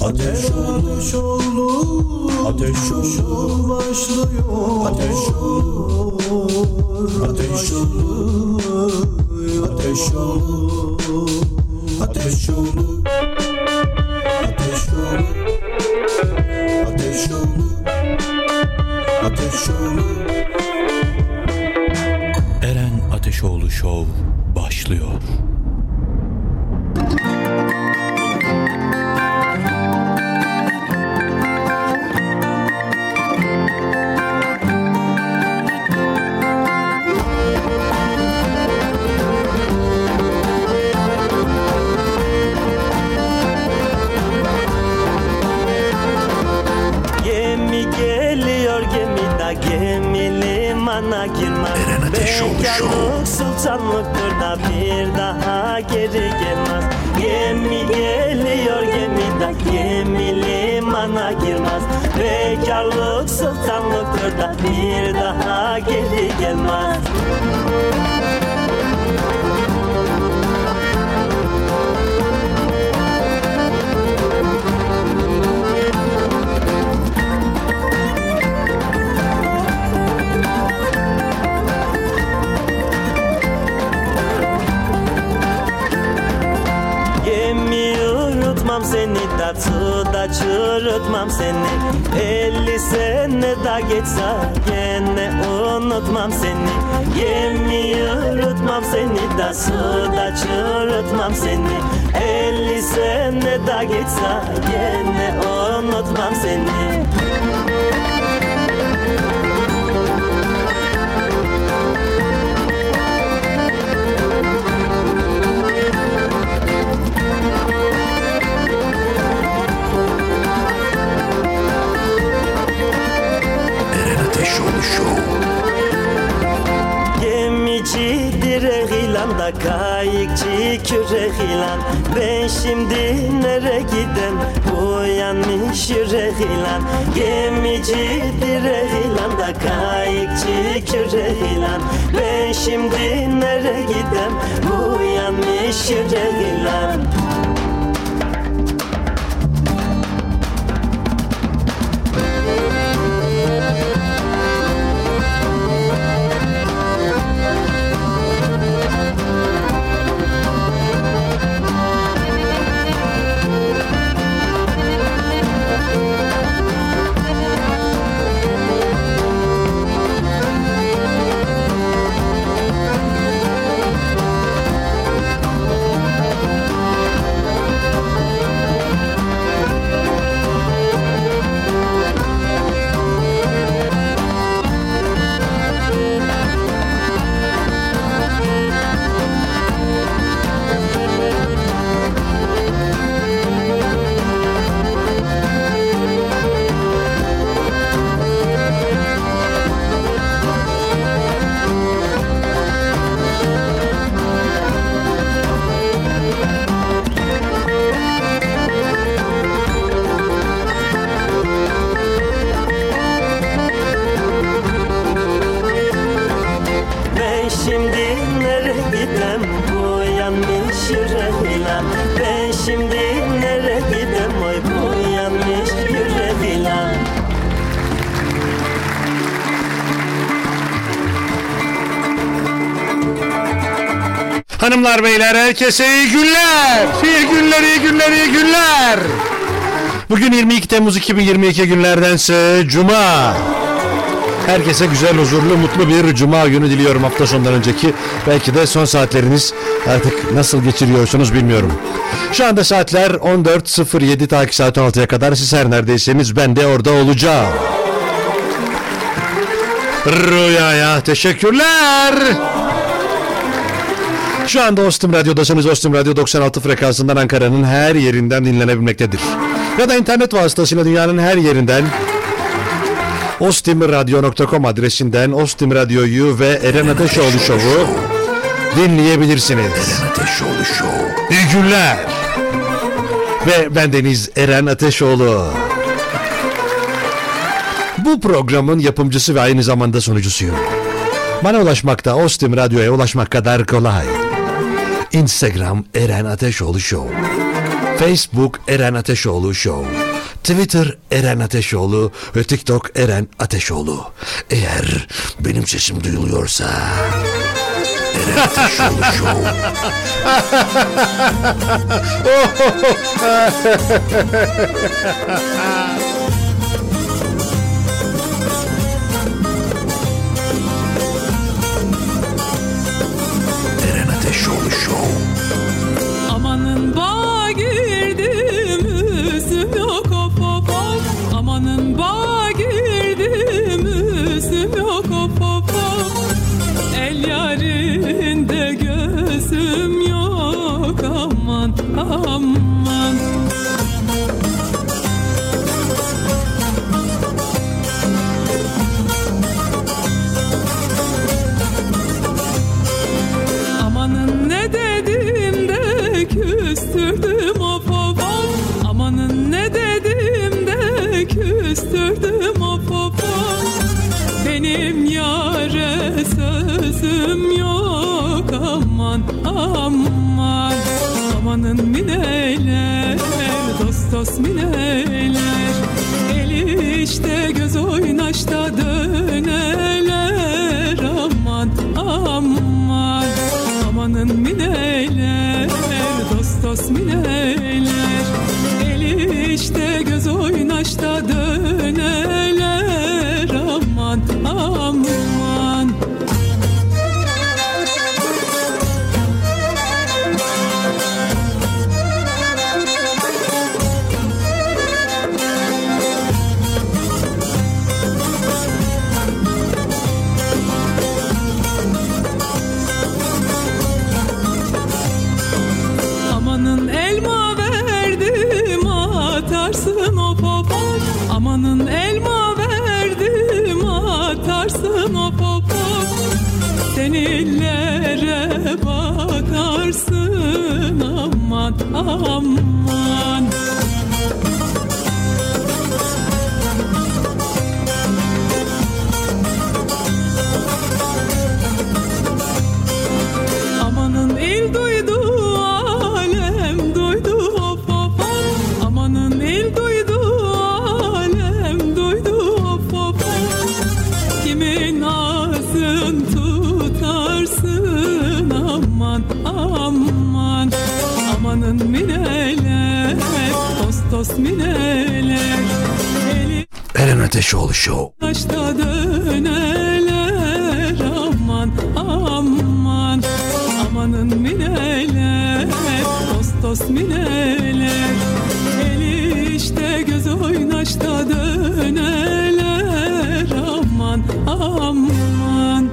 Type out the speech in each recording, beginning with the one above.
Ateş olur, ateş olur, başlıyor. Ateş olur, ateş olur, ateş olur, ateş olur, ateş olur, ateş olur, ateş olur. Eren Ateşoğlu Show başlıyor. Gemi limana girmez. Bekarlık sultanlıktır da bir daha geri gelmez. Gemi geliyor gemide, gemi limana girmez. Bekarlık sultanlıktır da bir daha geri gelmez. Seni de suda çürütmem seni. 50 sene da geçse gene unutmam seni. Gemi yürütmem seni de suda çürütmem seni. 50 sene da geçse gene unutmam seni. Gemici direk ilan da kayıkçı kürek ilan. Ben şimdi nereye gidem uyanmış yürek ilan. Gemici direk ilan da kayıkçı kürek ilan. Ben şimdi nereye gidem uyanmış yürek ilan. Hanımlar beyler herkese iyi günler. İyi günler, iyi günler, iyi günler. Bugün 22 Temmuz 2022 günlerdense Cuma. Herkese güzel, huzurlu, mutlu bir Cuma günü diliyorum. Hafta sonundan önceki belki de son saatleriniz artık nasıl geçiriyorsunuz bilmiyorum. Şu anda saatler 14.07, takip saat 16'ya kadar siz her neredeyseniz ben de orada olacağım. Rüyaya teşekkürler. Şu anda Ostim Radyo'dasınız. Ostim Radyo 96 frekansından Ankara'nın her yerinden dinlenebilmektedir. Ya da internet vasıtasıyla dünyanın her yerinden ostimradyo.com adresinden Ostim Radyo'yu ve Eren Ateşoğlu Show'u dinleyebilirsiniz. Eren Ateşoğlu Show. İyi günler. Ve bendeniz Eren Ateşoğlu. Bu programın yapımcısı ve aynı zamanda sunucusuyum. Bana ulaşmakta Ostim Radyo'ya ulaşmak kadar kolay. Instagram Eren Ateşoğlu Show. Facebook Eren Ateşoğlu Show, Twitter Eren Ateşoğlu ve TikTok Eren Ateşoğlu. Eğer benim sesim duyuluyorsa Eren Ateşoğlu Show. Eren Ateşoğlu Show. Amanın bağa girdim, üzüm yok hop hop hop. Amanın bağa girdim, üzüm yok hop hop hop. El yarinde gözüm yok, aman aman. Amanın ne dedim de küstürdüm hop hop hop. Amanın ne dedim de küstürdüm hop hop hop. Benim yâre sözüm yok, aman aman. Amanın mineyler, dost dost mineyler. Eli işte göz oynaşta döneler, aman aman. Amanın mineyler, dost dost mineyler. Eli işte göz oynaşta döneler, aman aman. Amanın elma verdim atarsın hop hop hop. Amanın elma verdim atarsın hop hop hop. Sen illere bakarsın, aman aman. Amanın il duydu, alem duydu hop hop hop. Amanın il duydu, alem duydu hop hop hop. Kimin ağzın tutarsın, aman aman. Amanın mineler, dost dost mineler. Eli Eren Ateşoğlu Show. taşta döneler, aman aman. Amanın mineler, dost dost mineler. Eli işte göz oynaşta döneler, aman aman.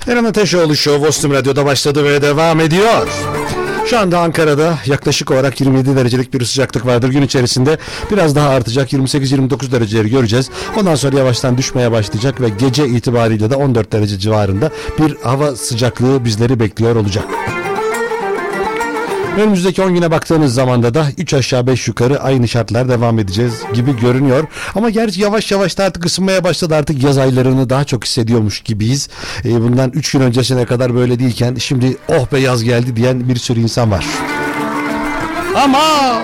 Eren Ateşoğlu Show Ostim Radyo'da başladı ve devam ediyor. Şu anda Ankara'da yaklaşık olarak 27 derecelik bir sıcaklık vardır. Gün içerisinde biraz daha artacak, 28-29 dereceleri göreceğiz. Ondan sonra yavaştan düşmeye başlayacak ve gece itibariyle de 14 derece civarında bir hava sıcaklığı bizleri bekliyor olacak. Önümüzdeki 10 güne baktığınız zamanda da 3 aşağı 5 yukarı aynı şartlar devam edeceğiz gibi görünüyor. Ama gerçi yavaş yavaş da artık ısınmaya başladı. Artık yaz aylarını daha çok hissediyormuş gibiyiz. Bundan 3 gün öncesine kadar böyle değilken şimdi oh be yaz geldi diyen bir sürü insan var. Ama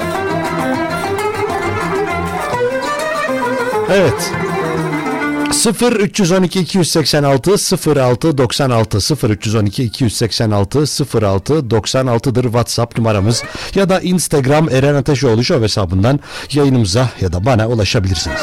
evet. 0 312 286 06 96 0 312 286 06 96'dır WhatsApp numaramız ya da Instagram Eren Ateşoğlu Show hesabından yayınımıza ya da bana ulaşabilirsiniz.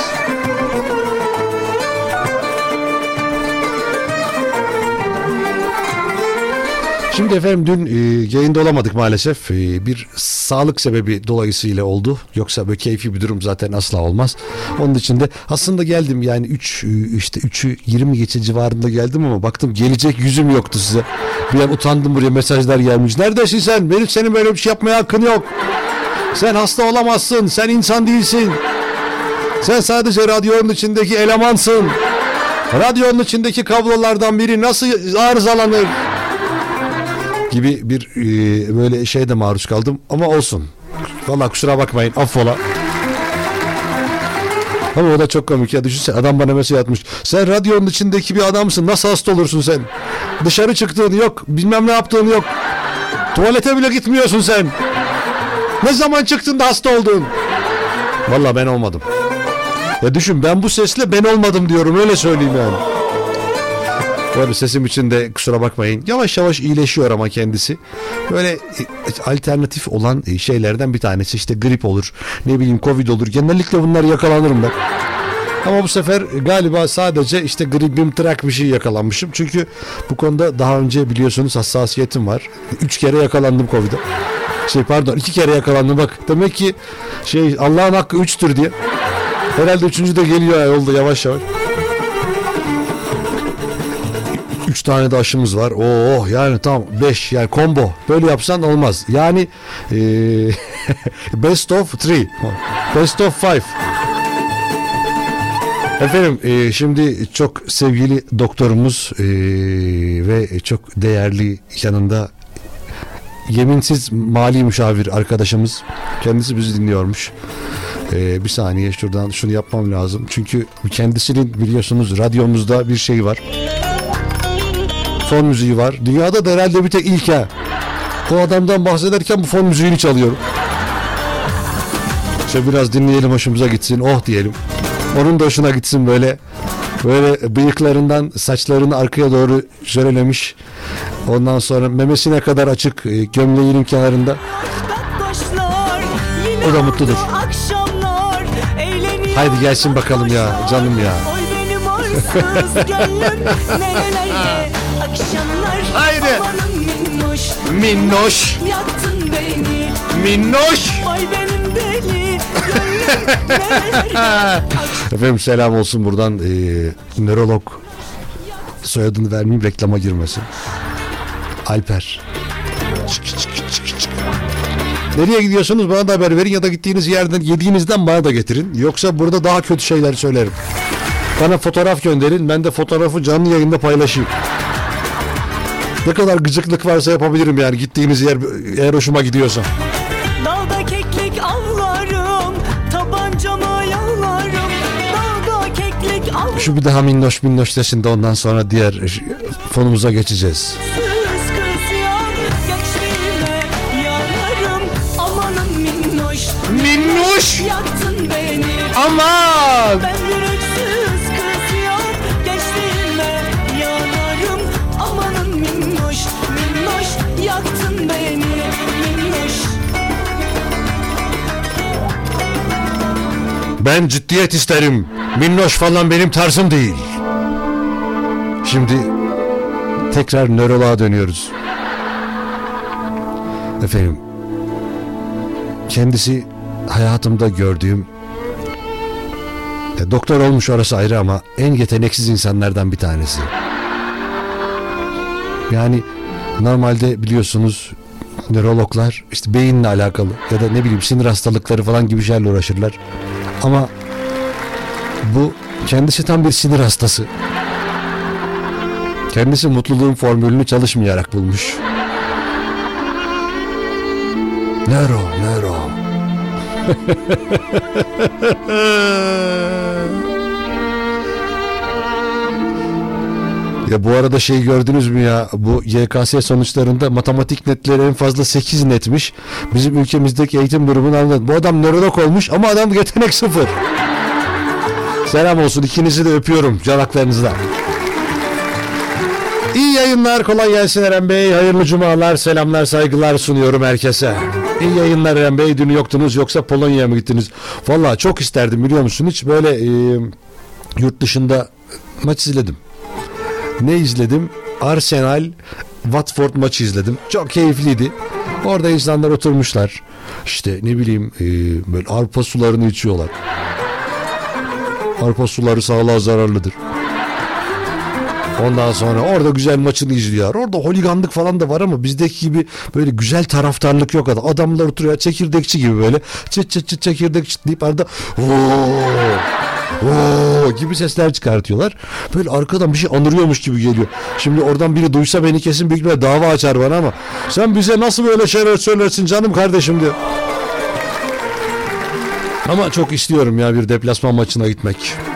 Şimdi efendim dün yayında olamadık maalesef. Bir sağlık sebebi dolayısıyla oldu. Yoksa böyle keyfi bir durum zaten asla olmaz. Onun için de aslında geldim yani 3'ü 20 geçe civarında geldim ama baktım gelecek yüzüm yoktu size. Bir an utandım, buraya mesajlar gelmiş. Neredesin sen? Senin böyle bir şey yapmaya hakkın yok. Sen hasta olamazsın. Sen insan değilsin. Sen sadece radyonun içindeki elemansın. Radyonun içindeki kablolardan biri nasıl arızalanır? Gibi bir böyle şeye de maruz kaldım ama olsun. Vallahi kusura bakmayın, affola. Ama o da çok komik ya, düşünsene adam bana mesaj atmış. Sen radyonun içindeki bir adamsın, nasıl hasta olursun sen? Dışarı çıktığın yok, bilmem ne yaptığın yok. Tuvalete bile gitmiyorsun sen. Ne zaman çıktın da hasta oldun? Vallahi ben olmadım. Ya düşün, ben bu sesle ben olmadım diyorum, öyle söyleyeyim yani. Böyle sesim için de kusura bakmayın. Yavaş yavaş iyileşiyor ama kendisi. Böyle alternatif olan şeylerden bir tanesi işte grip olur, ne bileyim Covid olur. Genellikle bunlar yakalanırım ben. Ama bu sefer galiba sadece işte gripim trak bir şey yakalanmışım. Çünkü bu konuda daha önce biliyorsunuz hassasiyetim var. 3 kere yakalandım Covid'e. 2 kere yakalandım bak. Demek ki Allah'ın hakkı 3'tür diye. Herhalde 3. de geliyor yolda yavaş yavaş. 3 tane de aşımız var. Oh yani tam 5 yani combo. Böyle yapsan olmaz. Yani best of 3. Best of 5. Efendim şimdi çok sevgili doktorumuz ve çok değerli yanında yeminsiz mali müşavir arkadaşımız. Kendisi bizi dinliyormuş. Bir saniye şuradan şunu yapmam lazım. Çünkü kendisinin biliyorsunuz radyomuzda bir şey var. Fon müziği var. Dünyada da herhalde bir tek ilk ha. O adamdan bahsederken bu fon müziğini çalıyorum. İşte biraz dinleyelim, hoşumuza gitsin. Oh diyelim. Onun da hoşuna gitsin böyle. Böyle bıyıklarından saçlarını arkaya doğru jölelemiş. Ondan sonra memesine kadar açık gömleğinin kenarında. O da mutludur. Haydi gelsin bakalım ya canım ya. Haydi. Minnoş. Minnoş. Efendim selam olsun buradan nörolog, soyadını vermeyeyim reklama girmesin. Alper. Nereye gidiyorsunuz bana da haber verin ya da gittiğiniz yerden yediğinizden bana da getirin. Yoksa burada daha kötü şeyler söylerim. Bana fotoğraf gönderin, ben de fotoğrafı canlı yayında paylaşayım. Ne kadar gıcıklık varsa yapabilirim yani gittiğiniz yer eğer hoşuma gidiyorsa. Dağda keklik avlarım, tabancama yallarım. Dağda keklik avlarım. Şu bir daha minnoş minnoş desin de ondan sonra diğer fonumuza geçeceğiz. Minnoş. Yaktın beni. Aman. Ben yüreksiz kız ya. Gençliğime yanarım. Amanın minnoş. Minnoş. Yaktın beni. Minnoş. Ben ciddiyet isterim. Minnoş falan benim tarzım değil. Şimdi tekrar nöroloğa dönüyoruz. Efendim, kendisi hayatımda gördüğüm doktor olmuş orası ayrı ama en yeteneksiz insanlardan bir tanesi. Yani normalde biliyorsunuz nörologlar işte beyinle alakalı ya da ne bileyim sinir hastalıkları falan gibi şeylerle uğraşırlar. Ama bu kendisi tam bir sinir hastası. Kendisi mutluluğun formülünü çalışmayarak bulmuş. Nero. Ya bu arada şey gördünüz mü ya, bu YKS sonuçlarında matematik netleri en fazla 8 netmiş. Bizim ülkemizdeki eğitim durumunu anladım. Bu adam nörolog olmuş ama adam yetenek 0. Selam olsun, ikinizi de öpüyorum yanaklarınızdan. İyi yayınlar, kolay gelsin Eren Bey. Hayırlı cumalar, selamlar, saygılar sunuyorum herkese. İyi yayınlar Eren Bey. Dün yoktunuz, yoksa Polonya'ya mı gittiniz? Vallahi çok isterdim, biliyor musun? Hiç böyle yurt dışında maç izledim. Ne izledim? Arsenal Watford maçı izledim. Çok keyifliydi. Orada insanlar oturmuşlar. İşte ne bileyim böyle arpa sularını içiyorlar. Arpa suları sağlığa zararlıdır. Ondan sonra orada güzel maçını izliyor. Orada holiganlık falan da var ama bizdeki gibi böyle güzel taraftarlık yok. Adamlar oturuyor çekirdekçi gibi böyle. Çıt çıt çıt çekirdek çıtlayıp arada ooo gibi sesler çıkartıyorlar. Böyle arkadan bir şey anırıyormuş gibi geliyor. Şimdi oradan biri duysa beni kesin büyük bir dava açar bana ama sen bize nasıl böyle şeyler söylersin canım kardeşim diyor. Ama çok istiyorum ya bir deplasman maçına gitmek.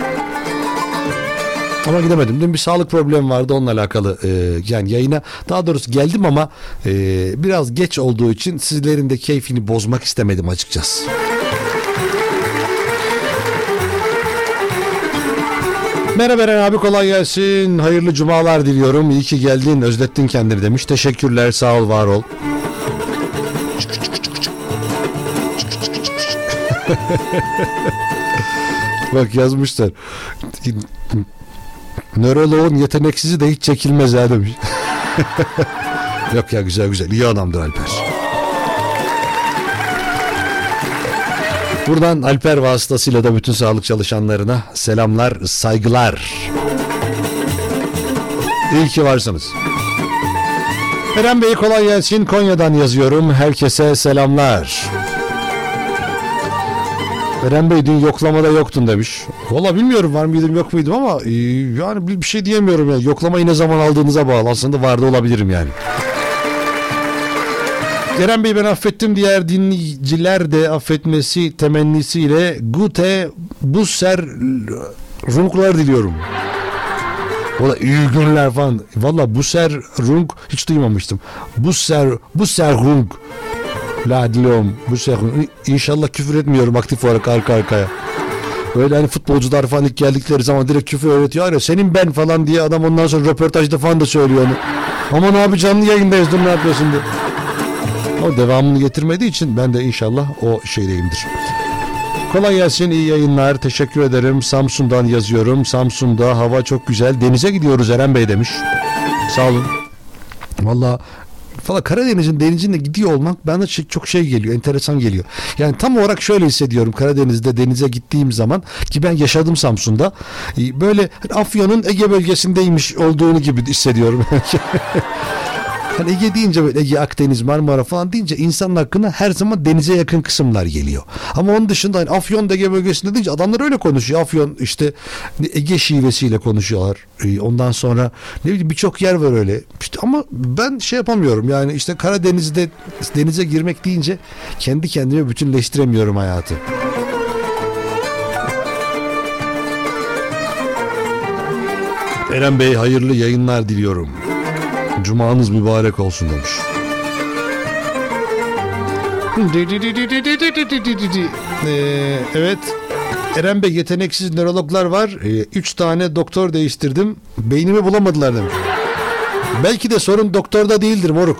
Ama gidemedim. Dün bir sağlık problemi vardı, onunla alakalı yani yayına daha doğrusu geldim ama biraz geç olduğu için sizlerin de keyfini bozmak istemedim açıkçası. Merhaba Eren abi, kolay gelsin. Hayırlı cumalar diliyorum. İyi ki geldin, özlettin kendini demiş. Teşekkürler, sağ ol, var ol. Bak yazmışlar. Nöroloğun yeteneksizi de hiç çekilmez ya demiş. Yok ya, güzel. İyi adamdır Alper. Buradan Alper vasıtasıyla da bütün sağlık çalışanlarına selamlar, saygılar. İyi ki varsınız. Eren Bey kolay gelsin. Konya'dan yazıyorum. Herkese selamlar. Eren Bey dün yoklamada yoktun demiş. Valla bilmiyorum var mıydım yok muydum ama yani bir şey diyemiyorum ya. Yoklamayı ne zaman aldığınıza bağlı. Aslında vardı olabilirim yani. Eren Bey ben affettim, diğer dinleyiciler de affetmesi temennisiyle Gute Busser Runklar diliyorum. Valla iyi günler falan. Valla Busser Runk hiç duymamıştım. Busser Runk. La diliyorum. Busser Runk. İnşallah küfür etmiyorum aktif olarak arka arkaya. Böyle hani futbolcular falan ilk geldikleri zaman direkt küfür öğretiyor ya, senin ben falan diye adam ondan sonra röportajda falan da söylüyor onu. Aman abi canlı yayındayız, dur ne yapıyorsun diye. O devamını getirmediği için ben de inşallah o şeydeyimdir. Kolay gelsin, iyi yayınlar, teşekkür ederim. Samsun'dan yazıyorum. Samsun'da hava çok güzel. Denize gidiyoruz Eren Bey demiş. Sağ olun. Valla Karadeniz'in denizine gidiyor olmak bana çok şey geliyor, enteresan geliyor. Yani tam olarak şöyle hissediyorum Karadeniz'de denize gittiğim zaman, ki ben yaşadım Samsun'da. Böyle Afyon'un Ege bölgesindeymiş olduğunu gibi hissediyorum. Hani Ege deyince böyle Ege, Akdeniz, Marmara falan deyince insanın aklına her zaman denize yakın kısımlar geliyor. Ama onun dışında hani Afyon Ege bölgesinde deyince adamlar öyle konuşuyor. Afyon işte Ege şivesiyle konuşuyorlar. Ondan sonra ne bileyim birçok yer var öyle. İşte ama ben şey yapamıyorum yani işte Karadeniz'de denize girmek deyince kendi kendime bütünleştiremiyorum hayatı. Eren Bey hayırlı yayınlar diliyorum. Cumanız mübarek olsun demiş. Evet. Eren Bey yeteneksiz nörologlar var. 3 tane doktor değiştirdim. Beynimi bulamadılar demiş. Belki de sorun doktorda değildir moruk.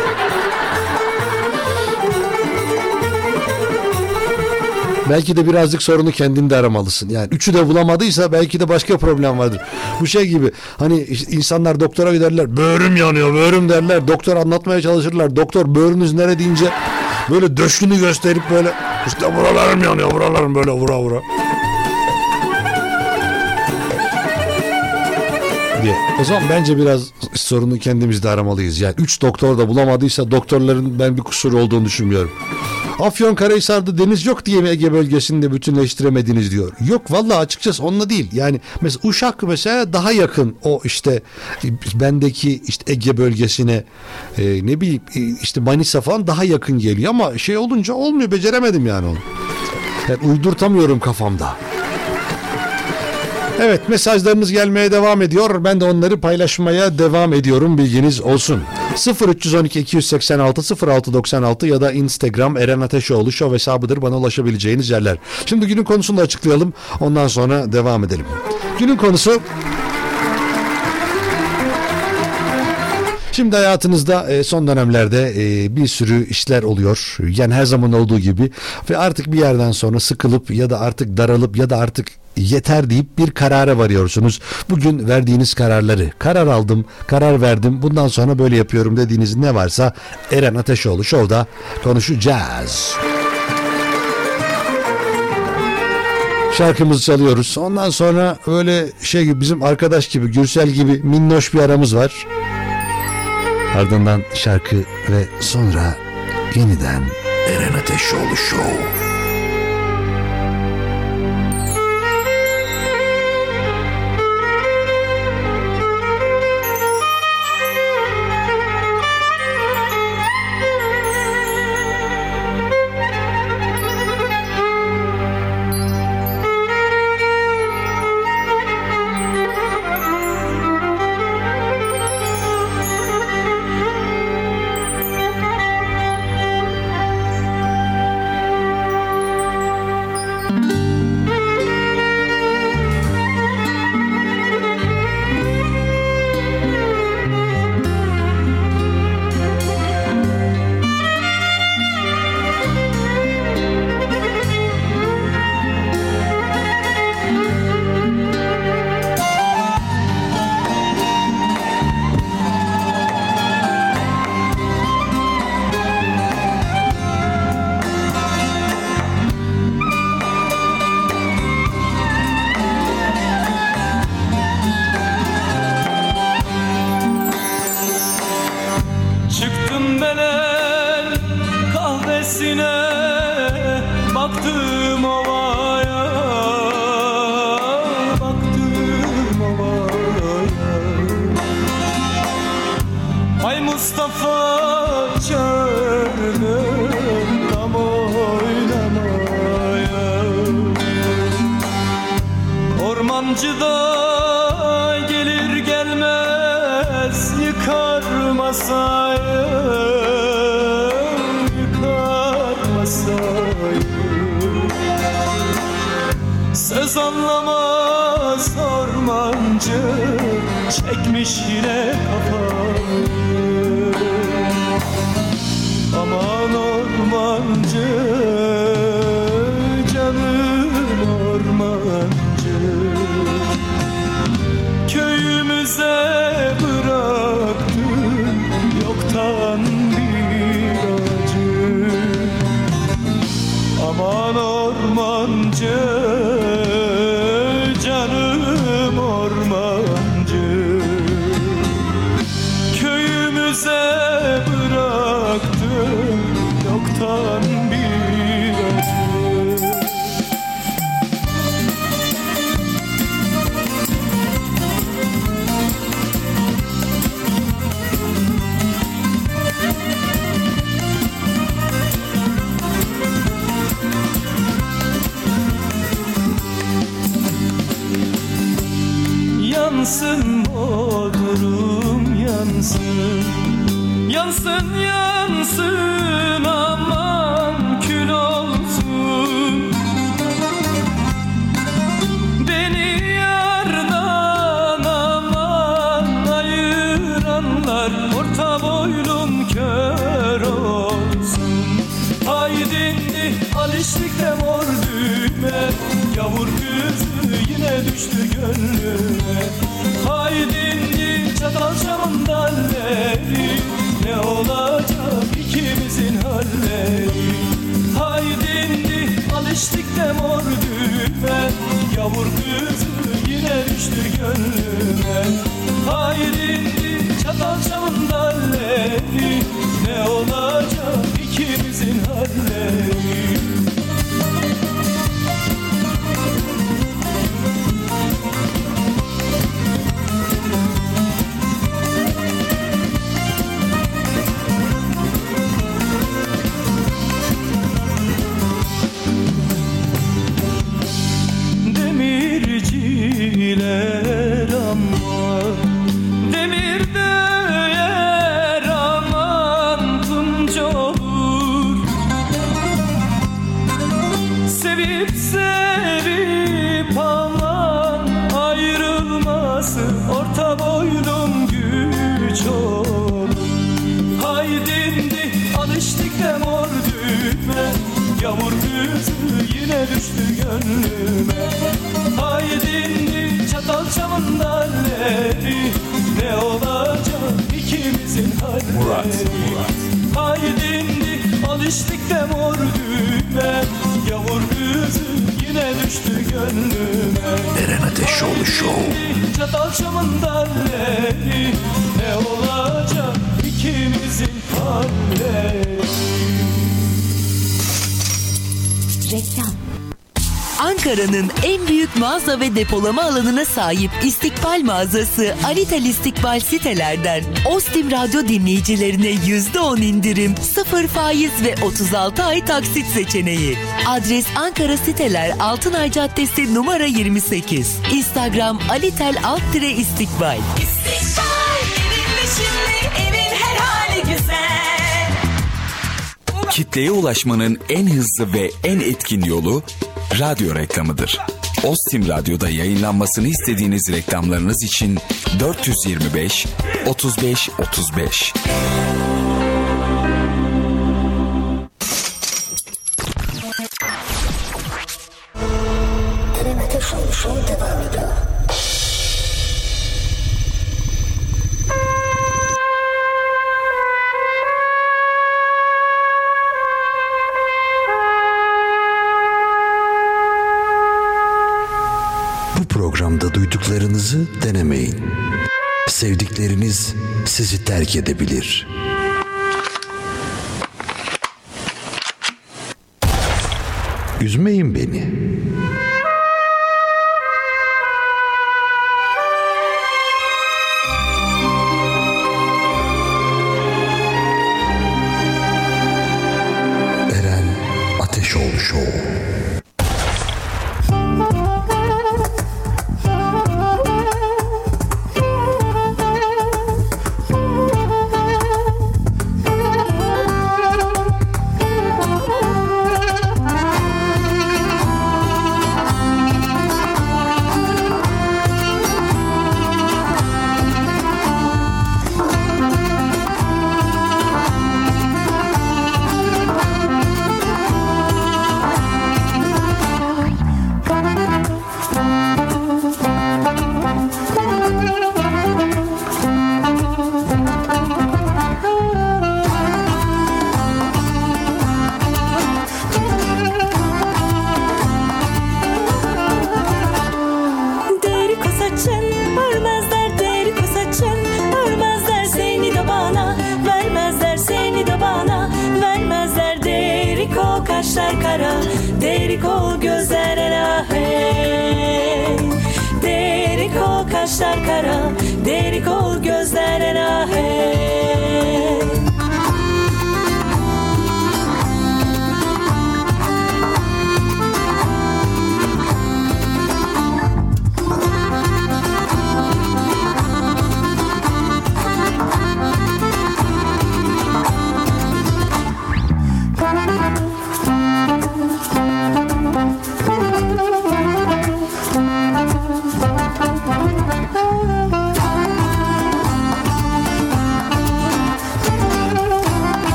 Belki de birazcık sorunu kendinde aramalısın. Yani üçü de bulamadıysa belki de başka problem vardır. Bu şey gibi hani insanlar doktora giderler. Böğrüm yanıyor, böğrüm derler. Doktor anlatmaya çalışırlar. Doktor böğrünüz nere deyince böyle döşünü gösterip böyle işte buralarım yanıyor, buralarım böyle vura vura. diye. O zaman bence biraz sorunu kendimizde aramalıyız. Yani 3 doktor da bulamadıysa doktorların ben bir kusuru olduğunu düşünmüyorum. Afyonkarahisar'da deniz yok diye mi Ege bölgesinde bütünleştiremediniz diyor. Yok vallahi açıkçası onunla değil. Yani mesela Uşak mesela daha yakın o işte bendeki işte Ege bölgesine ne bileyim işte Manisa falan daha yakın geliyor ama şey olunca olmuyor, beceremedim yani onu. Yani uydurtamıyorum kafamda. Evet, mesajlarınız gelmeye devam ediyor. Ben de onları paylaşmaya devam ediyorum. Bilginiz olsun. 0312 286 0696 ya da Instagram Eren Ateşoğlu Show hesabıdır bana ulaşabileceğiniz yerler. Şimdi günün konusunu da açıklayalım. Ondan sonra devam edelim. Günün konusu... Şimdi hayatınızda son dönemlerde bir sürü işler oluyor. Yani her zaman olduğu gibi ve artık bir yerden sonra sıkılıp ya da artık daralıp ya da artık yeter deyip bir karara varıyorsunuz. Bugün verdiğiniz kararları, karar aldım, karar verdim, bundan sonra böyle yapıyorum dediğiniz ne varsa Eren Ateşoğlu Show'da konuşacağız. Şarkımızı çalıyoruz. Ondan sonra öyle şey gibi bizim arkadaş gibi Gürsel gibi minnoş bir aramız var. Ardından şarkı ve sonra yeniden Eren Ateşoğlu Show. Söz anlamaz ormancı çekmiş yine kafayı. Aman ormancı, canım ormancı, köyümüze bıraktın yoktan bir acı. Aman ormancı, canım ormancı, köyümüze bıraktım yoktan bir acı. Yansın Bodrum yansın, yansın yansın aman kül olsun. Beni yardan aman ayıranlar, orta boylum kör olsun. Haydindi alıştıkta mor düğme, yavur kızı yine düştü gönlüme. Haydindi çatal dalleri, ne olacak ikimizin halleri. Haydindi alıştık da mor düğme, yavur kızı yine düştü gönlüme. ikimizin halleri. Haydindi alıştık de mor düğme, yağmur yüzü yine düştü gönlüme. Eren Ateşoğlu Show. Çatal çamın dalleri, ne olacak ikimizin halleri. Reklam. Ankara'nın en büyük mağaza ve depolama alanına sahip İstikbal mağazası Alitel İstikbal sitelerden Ostim Radyo dinleyicilerine %10 indirim, 0 faiz ve 36 ay taksit seçeneği. Adres Ankara Siteler Altınay Caddesi numara 28. Instagram Alitel_İstikbal. İstikbal, evin şimdi, evin her hali güzel. Kitleye ulaşmanın en hızlı ve en etkin yolu radyo reklamıdır. Ostim Radyo'da yayınlanmasını istediğiniz reklamlarınız için 425 35 35. Eren Ateşoğlu Show devam ediyor. Programda duyduklarınızı denemeyin. Sevdikleriniz sizi terk edebilir. Üzmeyin beni. Eren Ateşoğlu Show.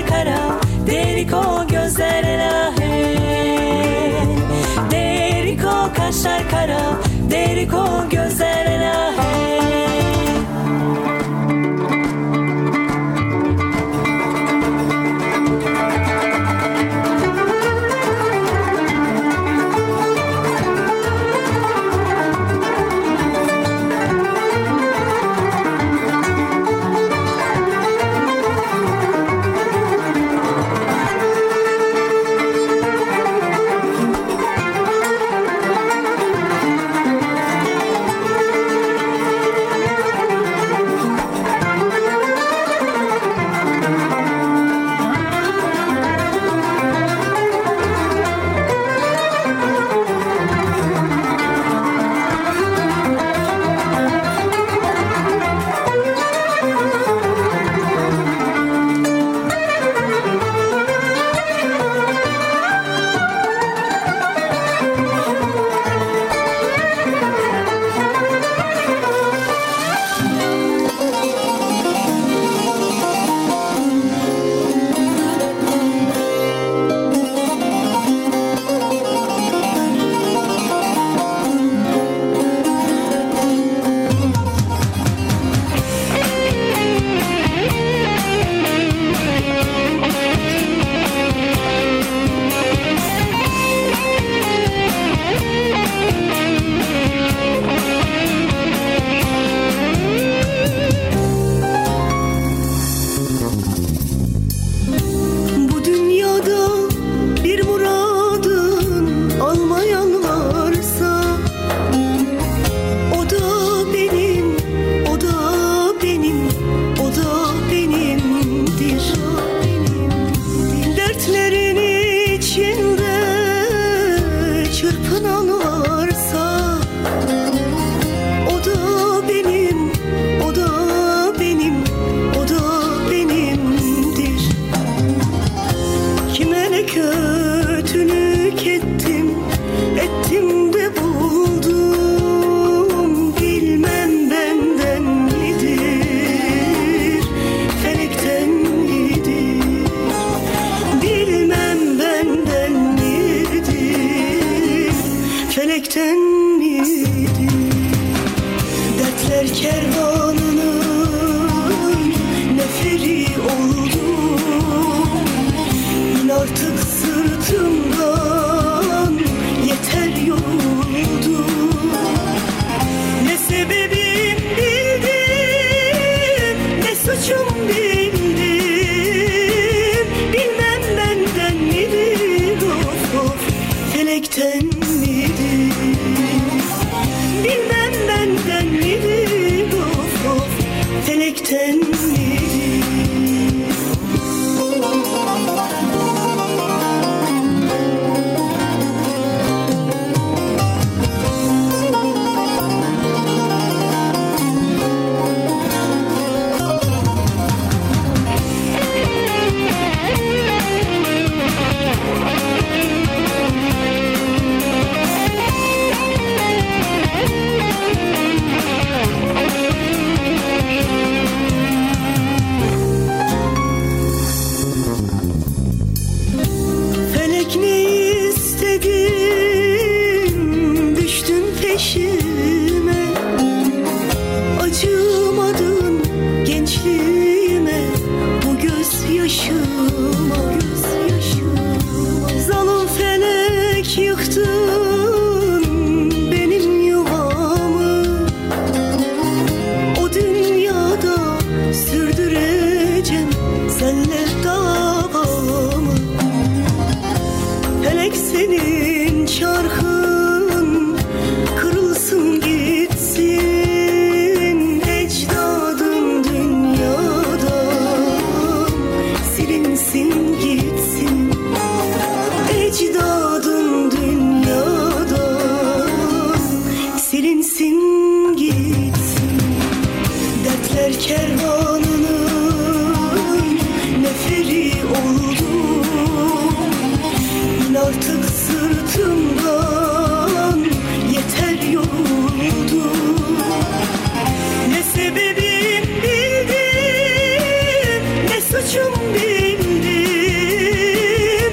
Deriko derik o gözlerine.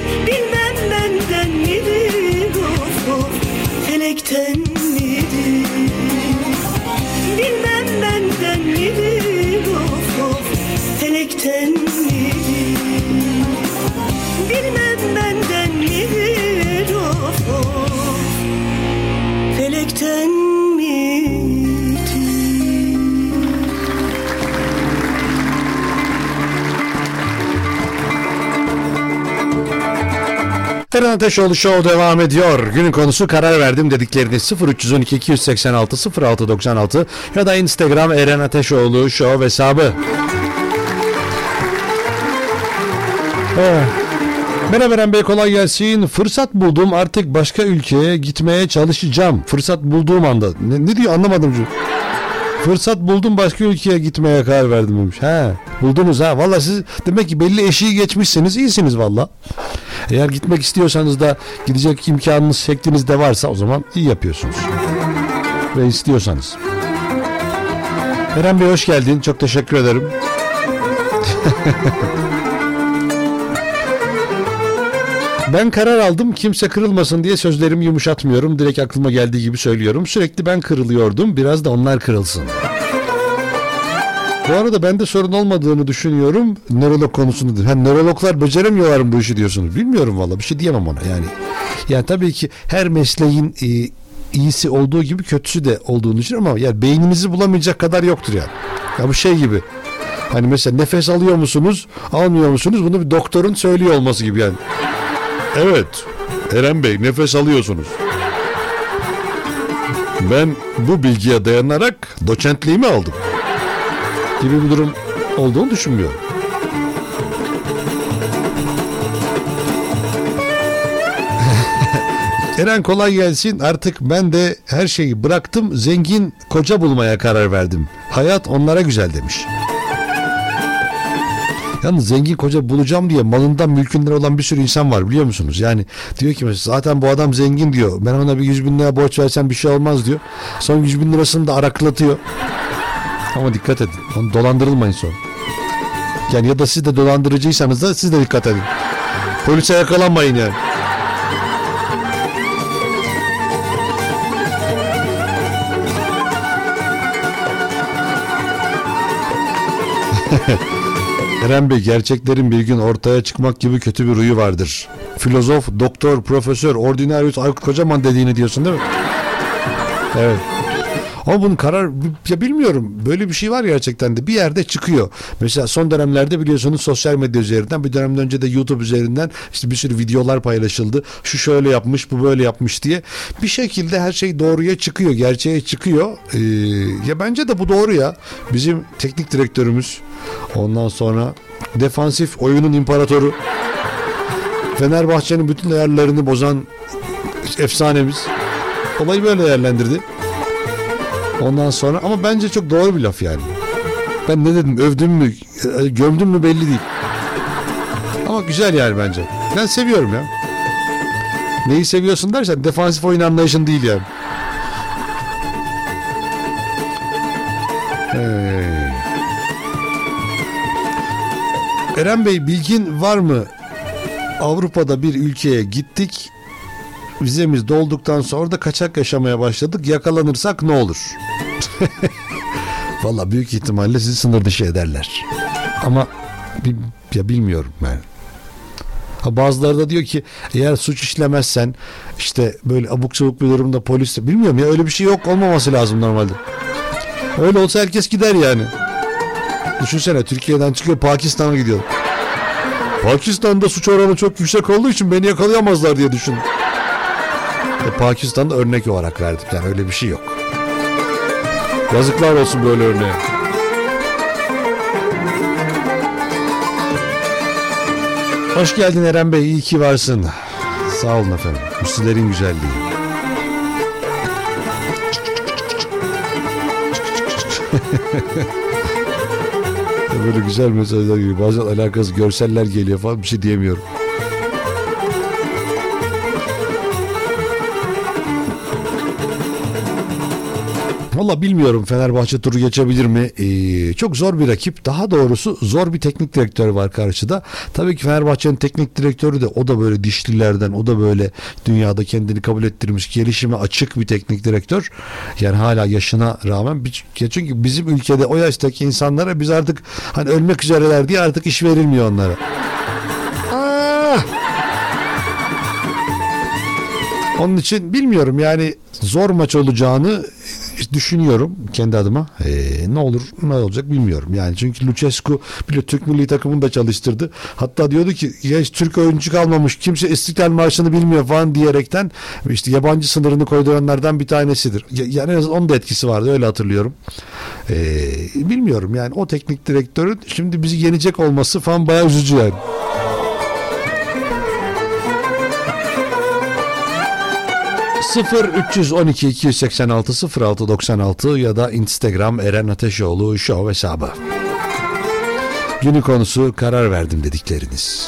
Felekten midir? Eren Ateşoğlu Show devam ediyor. Günün konusu karar verdim dediklerini 0312 286 0696 ya da Instagram Eren Ateşoğlu Show hesabı. Merhaba Eren Bey, kolay gelsin. Fırsat buldum, artık başka ülkeye gitmeye çalışacağım. Fırsat bulduğum anda. Ne diyor anlamadım. Fırsat buldum, başka ülkeye gitmeye karar verdim demiş. He, buldunuz ha. Valla siz demek ki belli eşiği geçmişsiniz, iyisiniz valla. Eğer gitmek istiyorsanız da gidecek imkanınız, şekliniz de varsa o zaman iyi yapıyorsunuz. Ve istiyorsanız. Eren Bey hoş geldin. Çok teşekkür ederim. Ben karar aldım, kimse kırılmasın diye sözlerimi yumuşatmıyorum. Direkt aklıma geldiği gibi söylüyorum. Sürekli ben kırılıyordum, biraz da onlar kırılsın. Bu arada bende sorun olmadığını düşünüyorum nörolog konusunda. Nörologlar beceremiyorlar mı bu işi diyorsunuz? Bilmiyorum valla, bir şey diyemem ona yani. Yani tabii ki her mesleğin iyisi olduğu gibi kötüsü de olduğunu düşünüyorum ama yani beyninizi bulamayacak kadar yoktur yani. Ya bu şey gibi. Hani mesela nefes alıyor musunuz, almıyor musunuz? Bunu bir doktorun söylüyor olması gibi yani. Evet, Eren Bey nefes alıyorsunuz. Ben bu bilgiye dayanarak doçentliğimi aldım gibi bir durum olduğunu düşünmüyorum. Eren kolay gelsin. Artık ben de her şeyi bıraktım. Zengin koca bulmaya karar verdim. Hayat onlara güzel demiş. Yalnız zengin koca bulacağım diye malından mülkünden olan bir sürü insan var biliyor musunuz? Yani diyor ki mesela zaten bu adam zengin diyor. Ben ona bir 100 bin lira borç versem bir şey olmaz diyor. Son 100 bin lirasını da araklatıyor. Ama dikkat edin. Onu dolandırılmayın sonra. Yani ya da siz de dolandırıcıysanız da siz de dikkat edin. Polise yakalanmayın yani. Eren Bey, gerçeklerin bir gün ortaya çıkmak gibi kötü bir huyu vardır. Filozof, doktor, profesör, ordinarius Aykut Kocaman dediğini diyorsun değil mi? Evet. Ama bunun karar ya bilmiyorum. Böyle bir şey var gerçekten de bir yerde çıkıyor. Mesela son dönemlerde biliyorsunuz sosyal medya üzerinden, bir dönemden önce de YouTube üzerinden işte bir sürü videolar paylaşıldı. Şu şöyle yapmış, bu böyle yapmış diye. Bir şekilde her şey doğruya çıkıyor, gerçeğe çıkıyor. Ya bence de bu doğru ya. Bizim teknik direktörümüz, ondan sonra defansif oyunun imparatoru, Fenerbahçe'nin bütün ayarlarını bozan efsanemiz olayı böyle değerlendirdi. Ondan sonra ama bence çok doğru bir laf yani. Ben ne dedim, övdüm mü, gömdüm mü belli değil. Ama güzel yani bence. Ben seviyorum ya. Neyi seviyorsun dersen defansif oyun anlayışın değil yani. Eren Bey, bilgin var mı? Avrupa'da bir ülkeye gittik. Vizemiz dolduktan sonra da kaçak yaşamaya başladık. Yakalanırsak ne olur? Vallahi büyük ihtimalle sizi sınır dışı ederler. Ama ya bilmiyorum ben. Bazıları da diyor ki eğer suç işlemezsen işte böyle abuk sabuk bir durumda polis de, bilmiyorum ya, öyle bir şey yok, olmaması lazım normalde. Öyle olsa herkes gider yani. Düşünsene, Türkiye'den çıkıyor Pakistan'a gidiyor. Pakistan'da suç oranı çok yüksek olduğu için beni yakalayamazlar diye düşün. Pakistan'da örnek olarak verdik yani, öyle bir şey yok. Yazıklar olsun böyle örneğe. Hoş geldin Eren Bey, iyi ki varsın. Sağ olun efendim. Bu sizlerin güzelliği. Böyle güzel mesajlar geliyor. Bazen alakasız görseller geliyor falan, bir şey diyemiyorum. Valla bilmiyorum, Fenerbahçe turu geçebilir mi? Çok zor bir rakip. Daha doğrusu zor bir teknik direktör var karşıda. Tabii ki Fenerbahçe'nin teknik direktörü de, o da böyle dişlilerden, o da böyle dünyada kendini kabul ettirmiş, gelişime açık bir teknik direktör. Yani hala yaşına rağmen, çünkü bizim ülkede o yaştaki insanlara biz artık hani ölmek üzereler diye artık iş verilmiyor onlara. Onun için bilmiyorum yani zor maç olacağını düşünüyorum kendi adıma. Ne olur ne olacak bilmiyorum. Yani çünkü Lucescu bile Türk milli takımını da çalıştırdı. Hatta diyordu ki ya Türk oyuncu kalmamış. Kimse İstiklal Marşı'nı bilmiyor falan diyerekten işte yabancı sınırını koyduranlardan bir tanesidir. Yani en azından onun da etkisi vardı öyle hatırlıyorum. Bilmiyorum yani o teknik direktörün şimdi bizi yenecek olması falan bayağı üzücü yani. 0312 286 0696 ya da Instagram Eren Ateşoğlu Show hesabı. Günün konusu karar verdim dedikleriniz.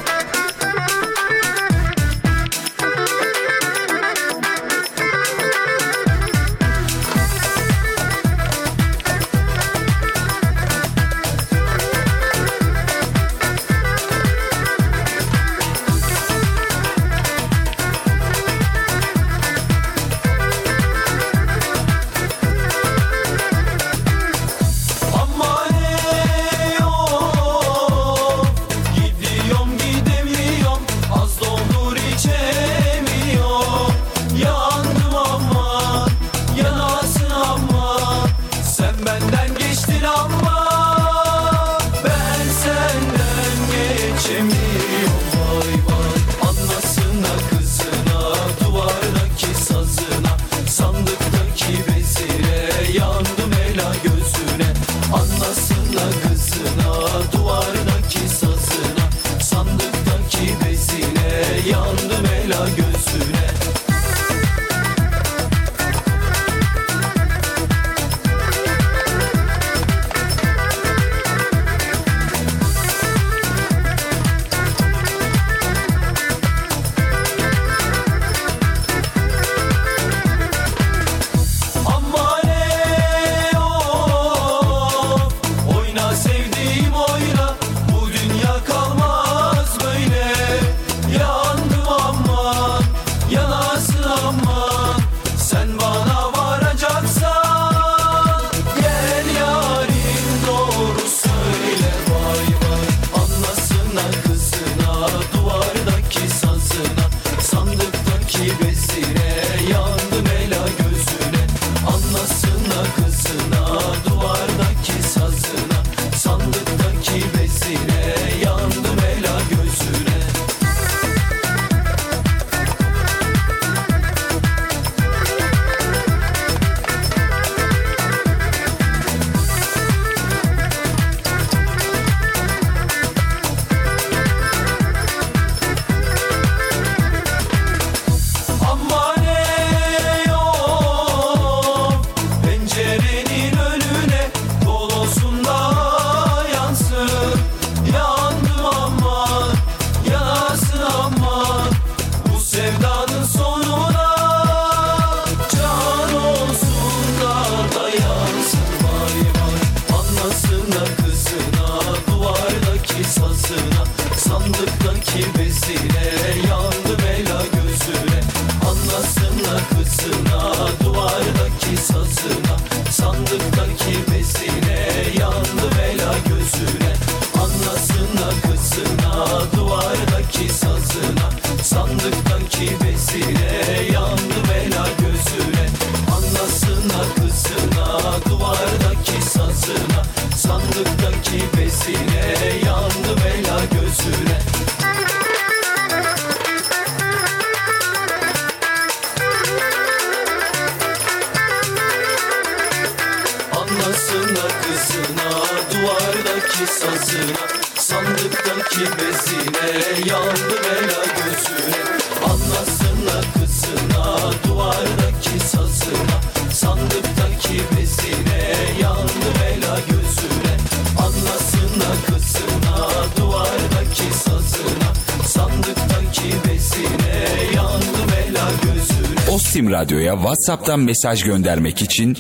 Ostim Radyo'ya WhatsApp'tan mesaj göndermek için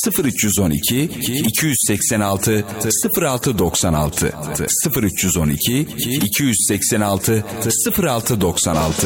0312 286 0696 0312 286 0696.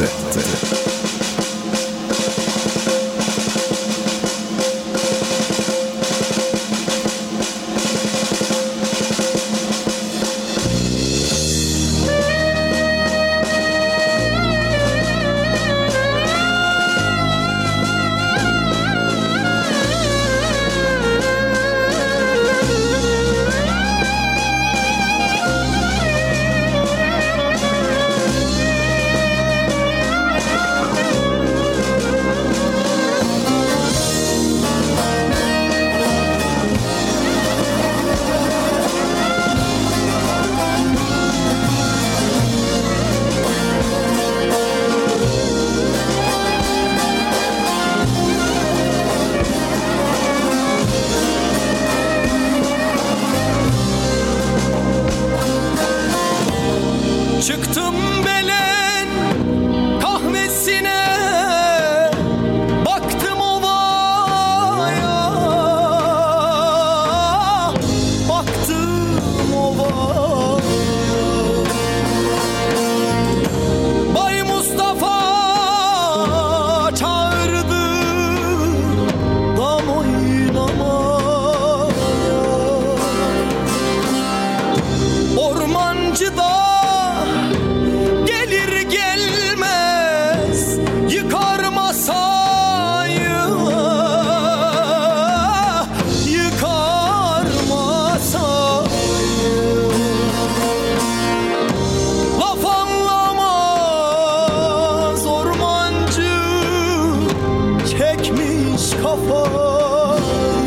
dikmiş kafayı.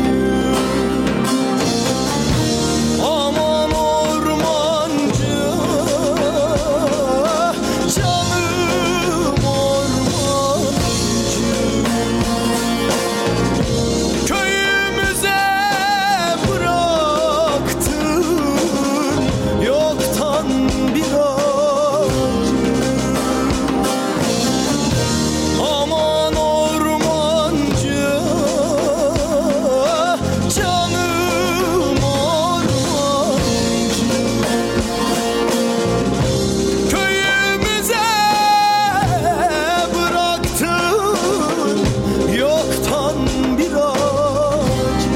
Aman ormancı, canım ormancı, köyümüze bıraktın yoktan bir ağacı. Aman ormancı, canım ormancı, köyümüze bıraktın yoktan bir ağacı.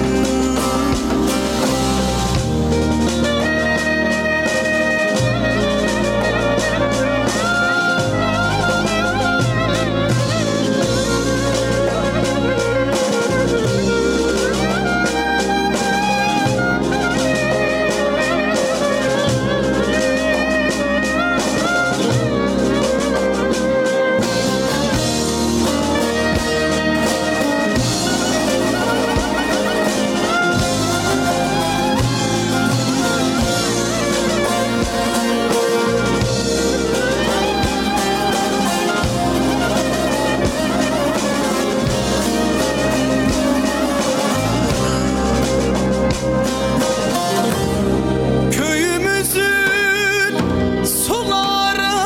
Köyümüzün suları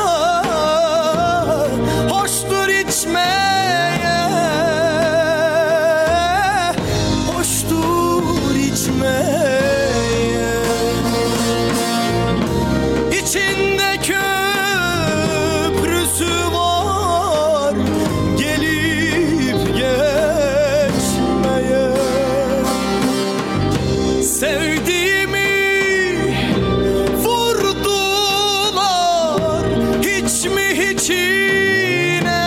hoştur içmeye, hoştur içmeye. İçinde köprüsü var gelip geçmeye. Sevdiğimi vurdular hiç mi hiçine,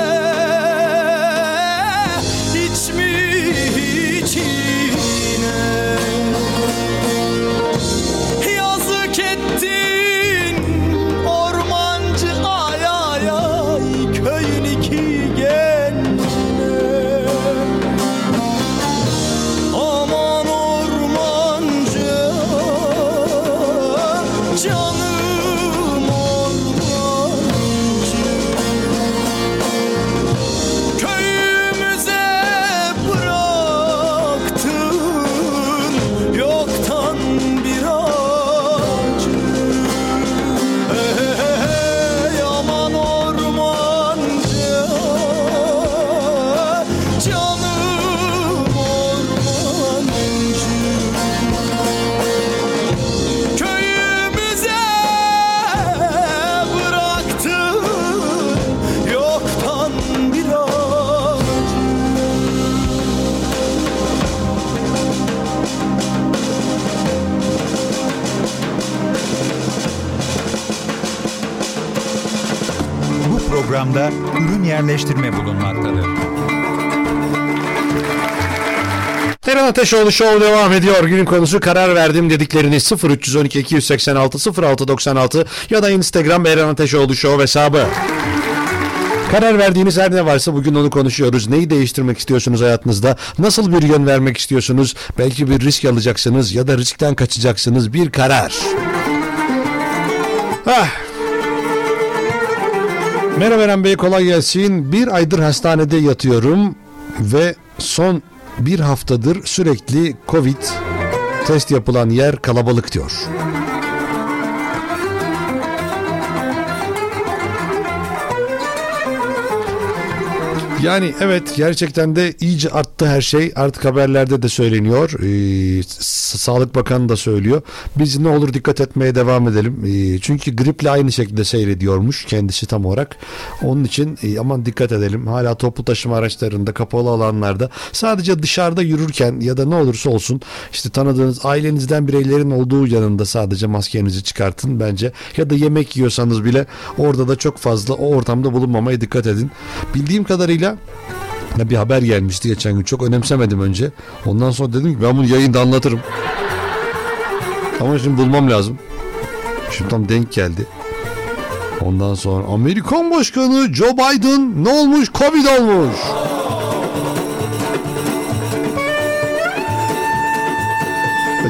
hiç mi hiçine. Yazık ettin ormancı, ay ay ay, köyün iki gencine. Aman ormancı, canım ormancı, köyümüze bıraktın yoktan bir ağacı. Hey, aman ormancı, canım ormancı, köyümüze bıraktın yoktan bir ağacı. Bu programda ürün yerleştirme bulunmaktadır. Eren Ateşoğlu Show devam ediyor. Günün konusu karar verdim dediklerini 0312 286 0696 ya da Instagram Eren Ateşoğlu Show hesabı. Karar verdiğiniz her ne varsa bugün onu konuşuyoruz. Neyi değiştirmek istiyorsunuz hayatınızda? Nasıl bir yön vermek istiyorsunuz? Belki bir risk alacaksınız ya da riskten kaçacaksınız. Bir karar. Merhaba Eren Bey, kolay gelsin. Bir aydır hastanede yatıyorum ve son bir haftadır sürekli Covid test yapılan yer kalabalık diyor. Yani evet, gerçekten de iyice arttı her şey. Artık haberlerde de söyleniyor. Sağlık Bakanı da söylüyor. Biz ne olur dikkat etmeye devam edelim. Çünkü griple aynı şekilde seyrediyormuş kendisi tam olarak. Onun için aman dikkat edelim. Hala toplu taşıma araçlarında, kapalı alanlarda, sadece dışarıda yürürken ya da ne olursa olsun işte tanıdığınız ailenizden bireylerin olduğu yanında sadece maskenizi çıkartın bence. Ya da yemek yiyorsanız bile orada da çok fazla o ortamda bulunmamaya dikkat edin. Bildiğim kadarıyla bir haber gelmişti geçen gün. Çok önemsemedim önce. Ondan sonra dedim ki ben bunu yayında anlatırım. Ama şimdi bulmam lazım. Şimdi tam denk geldi. Ondan sonra Amerikan Başkanı Joe Biden ne olmuş? Covid olmuş.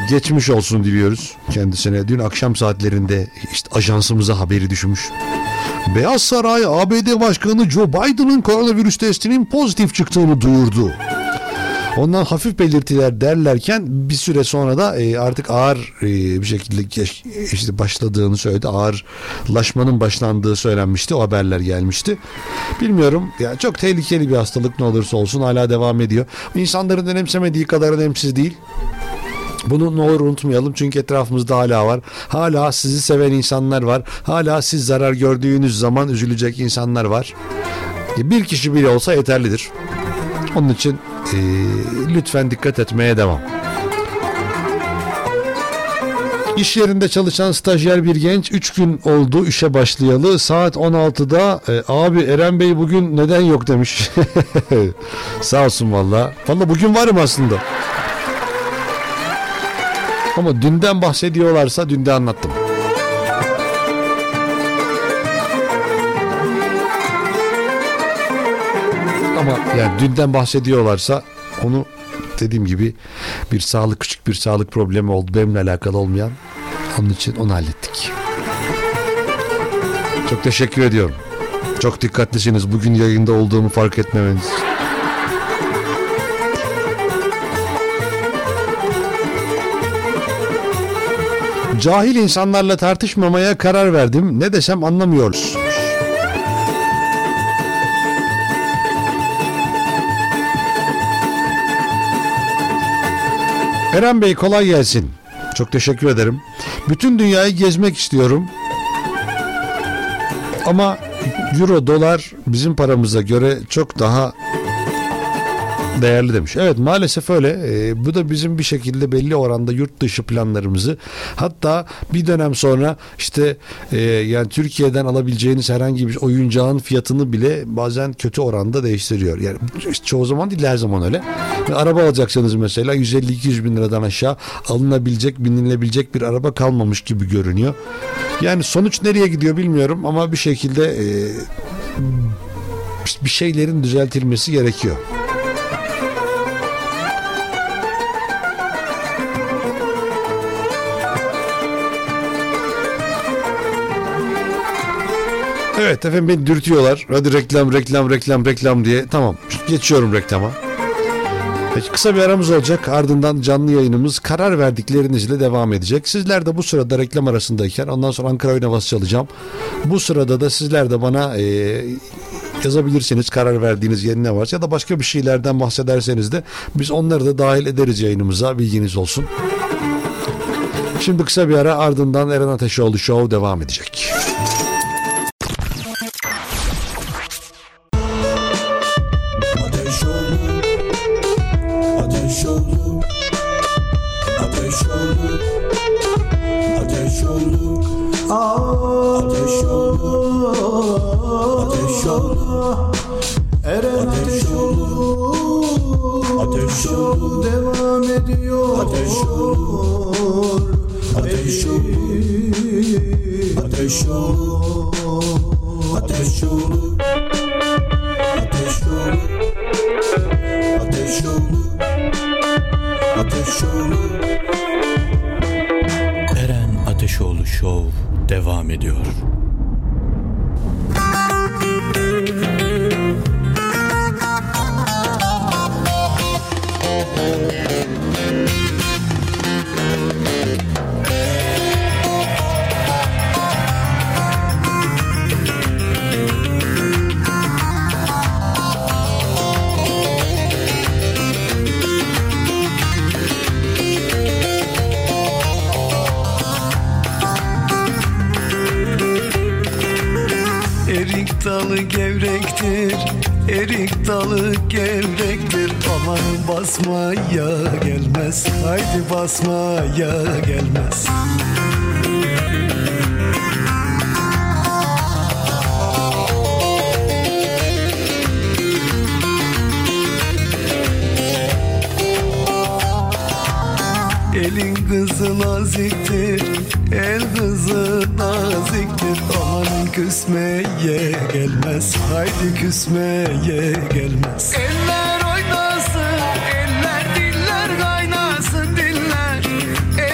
geçmiş olsun diliyoruz kendisine. Dün akşam saatlerinde işte ajansımıza haberi düşmüş. Beyaz Saray, ABD Başkanı Joe Biden'ın koronavirüs testinin pozitif çıktığını duyurdu. Ondan hafif belirtiler derlerken bir süre sonra da artık ağır bir şekilde işte başladığını söyledi. Ağırlaşmanın başlandığı söylenmişti. O haberler gelmişti. Bilmiyorum. Yani çok tehlikeli bir hastalık, ne olursa olsun hala devam ediyor. İnsanların önemsemediği kadar önemsiz değil. Bunu ne olur unutmayalım, çünkü etrafımızda hala var. Hala sizi seven insanlar var. Hala siz zarar gördüğünüz zaman üzülecek insanlar var. Bir kişi bile olsa yeterlidir. Onun için lütfen dikkat etmeye devam. İş yerinde çalışan stajyer bir genç 3 gün oldu işe başlayalı. Saat 16'da abi Eren Bey bugün neden yok demiş. Sağ olsun valla. Valla bugün varım aslında. Ama dünden bahsediyorlarsa dün de anlattım. Ama yani dünden bahsediyorlarsa onu dediğim gibi küçük bir sağlık problemi oldu. Benimle alakalı olmayan. Onun için onu hallettik. Çok teşekkür ediyorum. Çok dikkatlisiniz. Bugün yayında olduğumu fark etmemeniz. Cahil insanlarla tartışmamaya karar verdim. Ne desem anlamıyoruz. Eren Bey kolay gelsin. Çok teşekkür ederim. Bütün dünyayı gezmek istiyorum. Ama euro, dolar bizim paramıza göre çok daha değerli demiş. Evet, maalesef öyle. Bu da bizim bir şekilde belli oranda yurt dışı planlarımızı, hatta bir dönem sonra işte yani Türkiye'den alabileceğiniz herhangi bir oyuncağın fiyatını bile bazen kötü oranda değiştiriyor. Yani çoğu zaman değil, her zaman öyle. Araba alacaksanız mesela 150-200 bin liradan aşağı alınabilecek, binilebilecek bir araba kalmamış gibi görünüyor. Yani sonuç nereye gidiyor bilmiyorum ama bir şekilde bir şeylerin düzeltilmesi gerekiyor. Evet efendim, beni dürtüyorlar. Hadi reklam diye. Tamam, geçiyorum reklama. Peki, kısa bir aramız olacak. Ardından canlı yayınımız karar verdiklerinizle devam edecek. Sizler de bu sırada reklam arasındayken ondan sonra Ankara Oyun Havası çalacağım. Bu sırada da sizler de bana yazabilirsiniz karar verdiğiniz yeri ne varsa, ya da başka bir şeylerden bahsederseniz de biz onları da dahil ederiz yayınımıza, bilginiz olsun. Şimdi kısa bir ara, ardından Eren Ateşoğlu Show devam edecek. Eren Ateşoğlu, Ateşoğlu devam ediyor. Ateşoğlu, Ateşoğlu, Ateşoğlu, Ateşoğlu, Ateşoğlu, Ateşoğlu, Ateşoğlu. Eren Ateşoğlu Show devam ediyor. Erik dalı gevrektir, erik dalı gevrektir. Aman basmaya gelmez, haydi basmaya gelmez. Elin kızı naziktir, el kızı naziktir. Aman küsmeye gelmez, haydi küsmeye gelmez. Eller oynasın, eller diller kaynasın diller.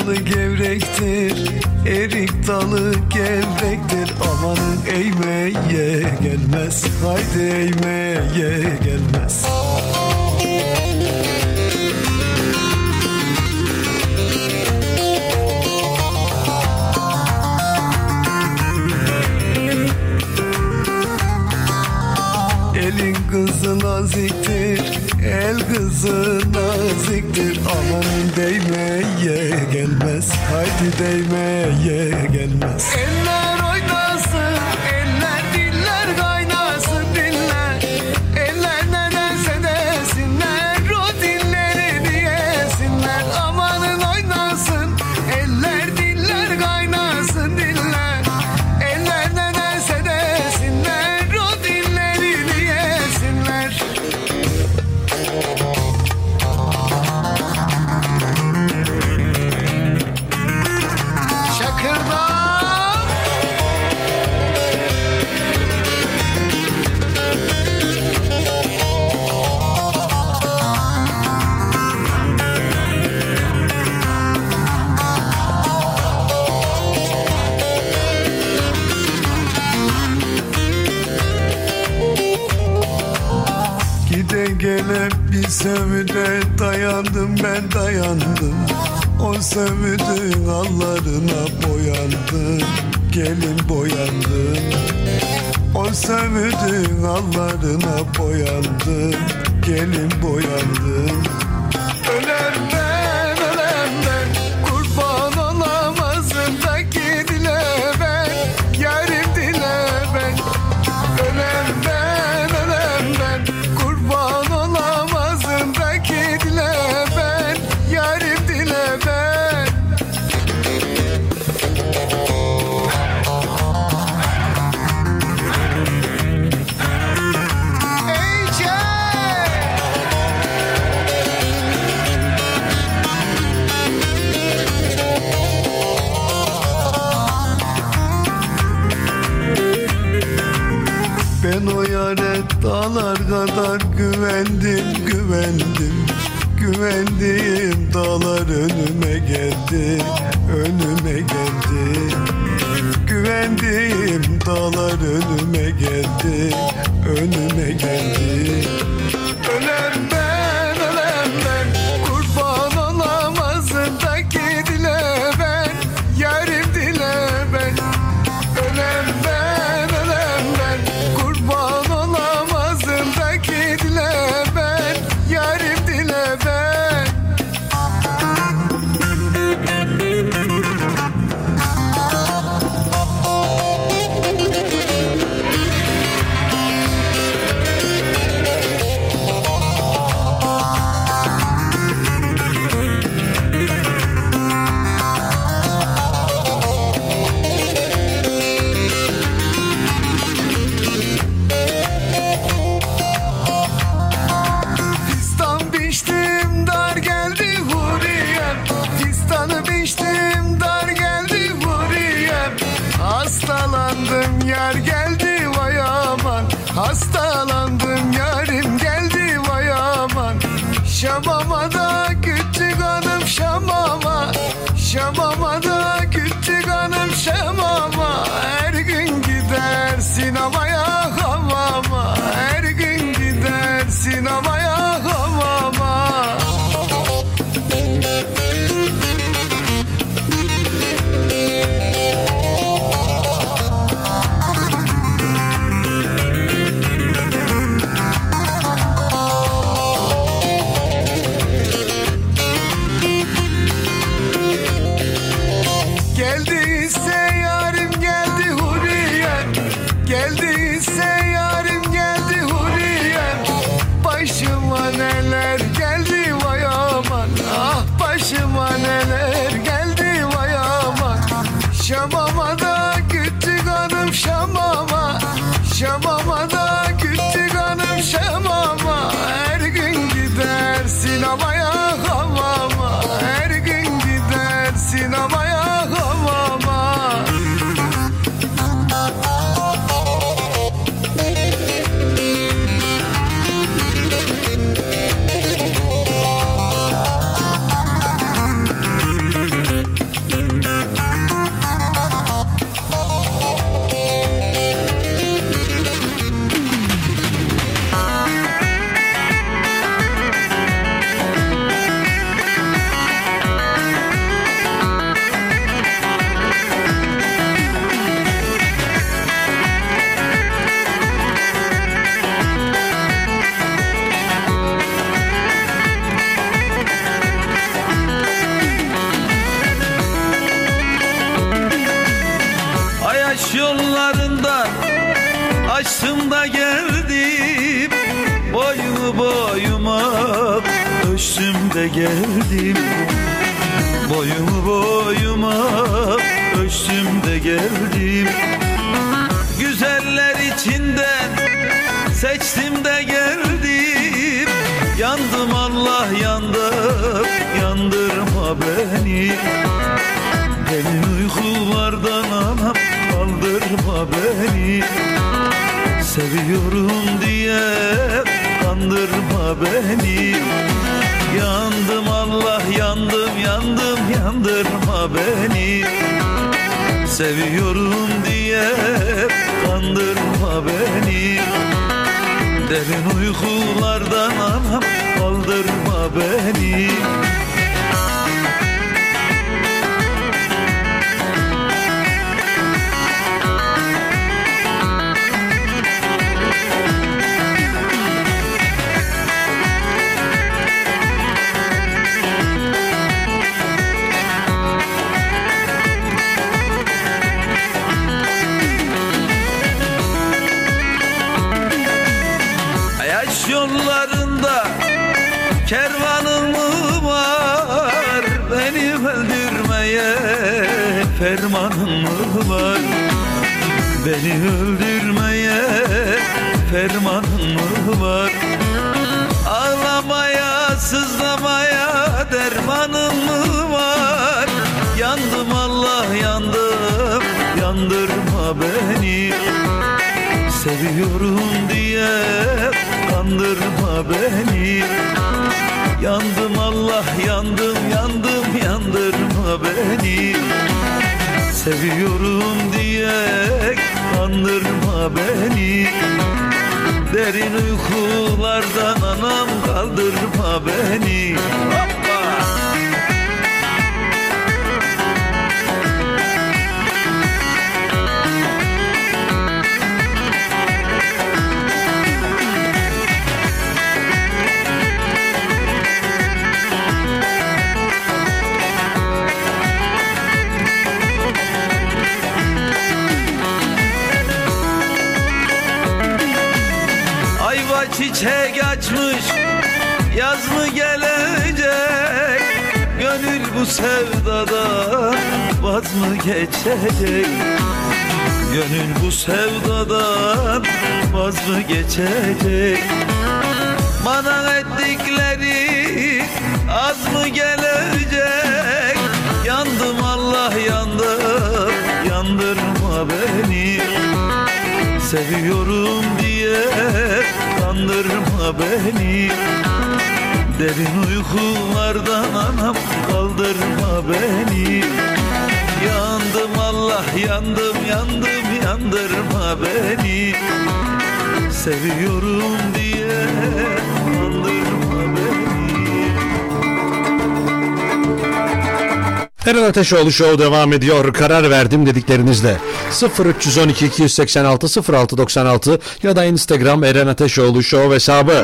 dalı gevrektir, erik dalı gevrektir. Amanın eğmeye gelmez, haydi eğmeye gelmez. Elin kızı naziktir, el kızı naziktir. Amanın değmeye gelmez, haydi değmeye gelmez. Eller oynasın, eller diller kaynasın diller. Eller nedense desinler, o dilleri diyesinler. Amanın oynasın, eller diller kaynasın diller. Eller nedense desinler, o dilleri diyesinler. Şakırdan gide gele bir sövüde dayandım, ben dayandım. O sövüdün allarına boyandım, gelin boyandım. O sövüdün allarına boyandım, gelin boyandım. Ölen ben, kurban olamazım da dile ben, yarim dile ben. Ölen ben, kurban olamazım da dile ben, yarim dile ben. Ben o yare dağlar kadar güvendim, güvendim. Güvendiğim dağlar önüme geldi, önüme geldi. Güvendiğim dağlar önüme geldi, önüme geldi. Ölen ben, kurban olamazım da dile ben, yarim dile ben. Ölen ben, kurban olamazım da dile ben, yarim dile ben. Fistan biçtim, dar geldi huriyem. Fistanı biçtim, dar geldi huriyem. Hastalandım, yar geldi vay aman. Hastalandım, yarim geldi vay aman. Şamama da küçük hanım Şamama. Şamama da küçük hanım Şamama. Her gün gider sinemaya hamama. Her gün gider sinemaya hamama. Geldiyse yarim geldi huriyem. Geldiyse yarim geldi huriyem. Başıma neler geldi vay aman. Ah başıma neler geldi vay aman. Şamama da küçük hanım Şamama. Şamama da küçük hanım Şamama. Her gün gider sinemaya hamama. Her gün gider sinemaya hamama. Boyumu boyuma ölçtüm de geldim. Boyumu boyuma ölçtüm de geldim. Güzeller içinden seçtim de geldim. Yandım Allah yandım, yandırma beni. Beni uykulardan anam kaldırma beni. Seviyorum diye kandırma beni. Yandım Allah yandım yandım yandırma beni. Seviyorum diye kandırma beni. Derin uykulardan anam kaldırma beni. Yollarında kervanım mı var? Beni öldürmeye fermanım mı var? Beni öldürmeye fermanım mı var? Ağlamaya, sızlamaya dermanım mı var? Yandım Allah yandım, yandırma beni. Seviyorum diye kandırma beni. Yandım Allah yandım yandım yandırma beni. Seviyorum diye kandırma beni. Derin uykulardan anam kaldırma beni. Hoppa! Çiçek açmış yaz mı gelecek? Gönül bu sevdadan vaz mı geçecek? Gönül bu sevdadan vaz mı geçecek? Bana ettikleri az mı gelecek? Yandım Allah yandım, yandırma beni. Seviyorum diye kandırma beni. Derin uykulardan anam kaldırma beni. Yandım Allah yandım yandım yandırma beni. Seviyorum diye kandırma beni. Eren Ateşoğlu Show devam ediyor. Karar verdim dediklerinizle 0312 286 0696 ya da Instagram Eren Ateşoğlu Show hesabı.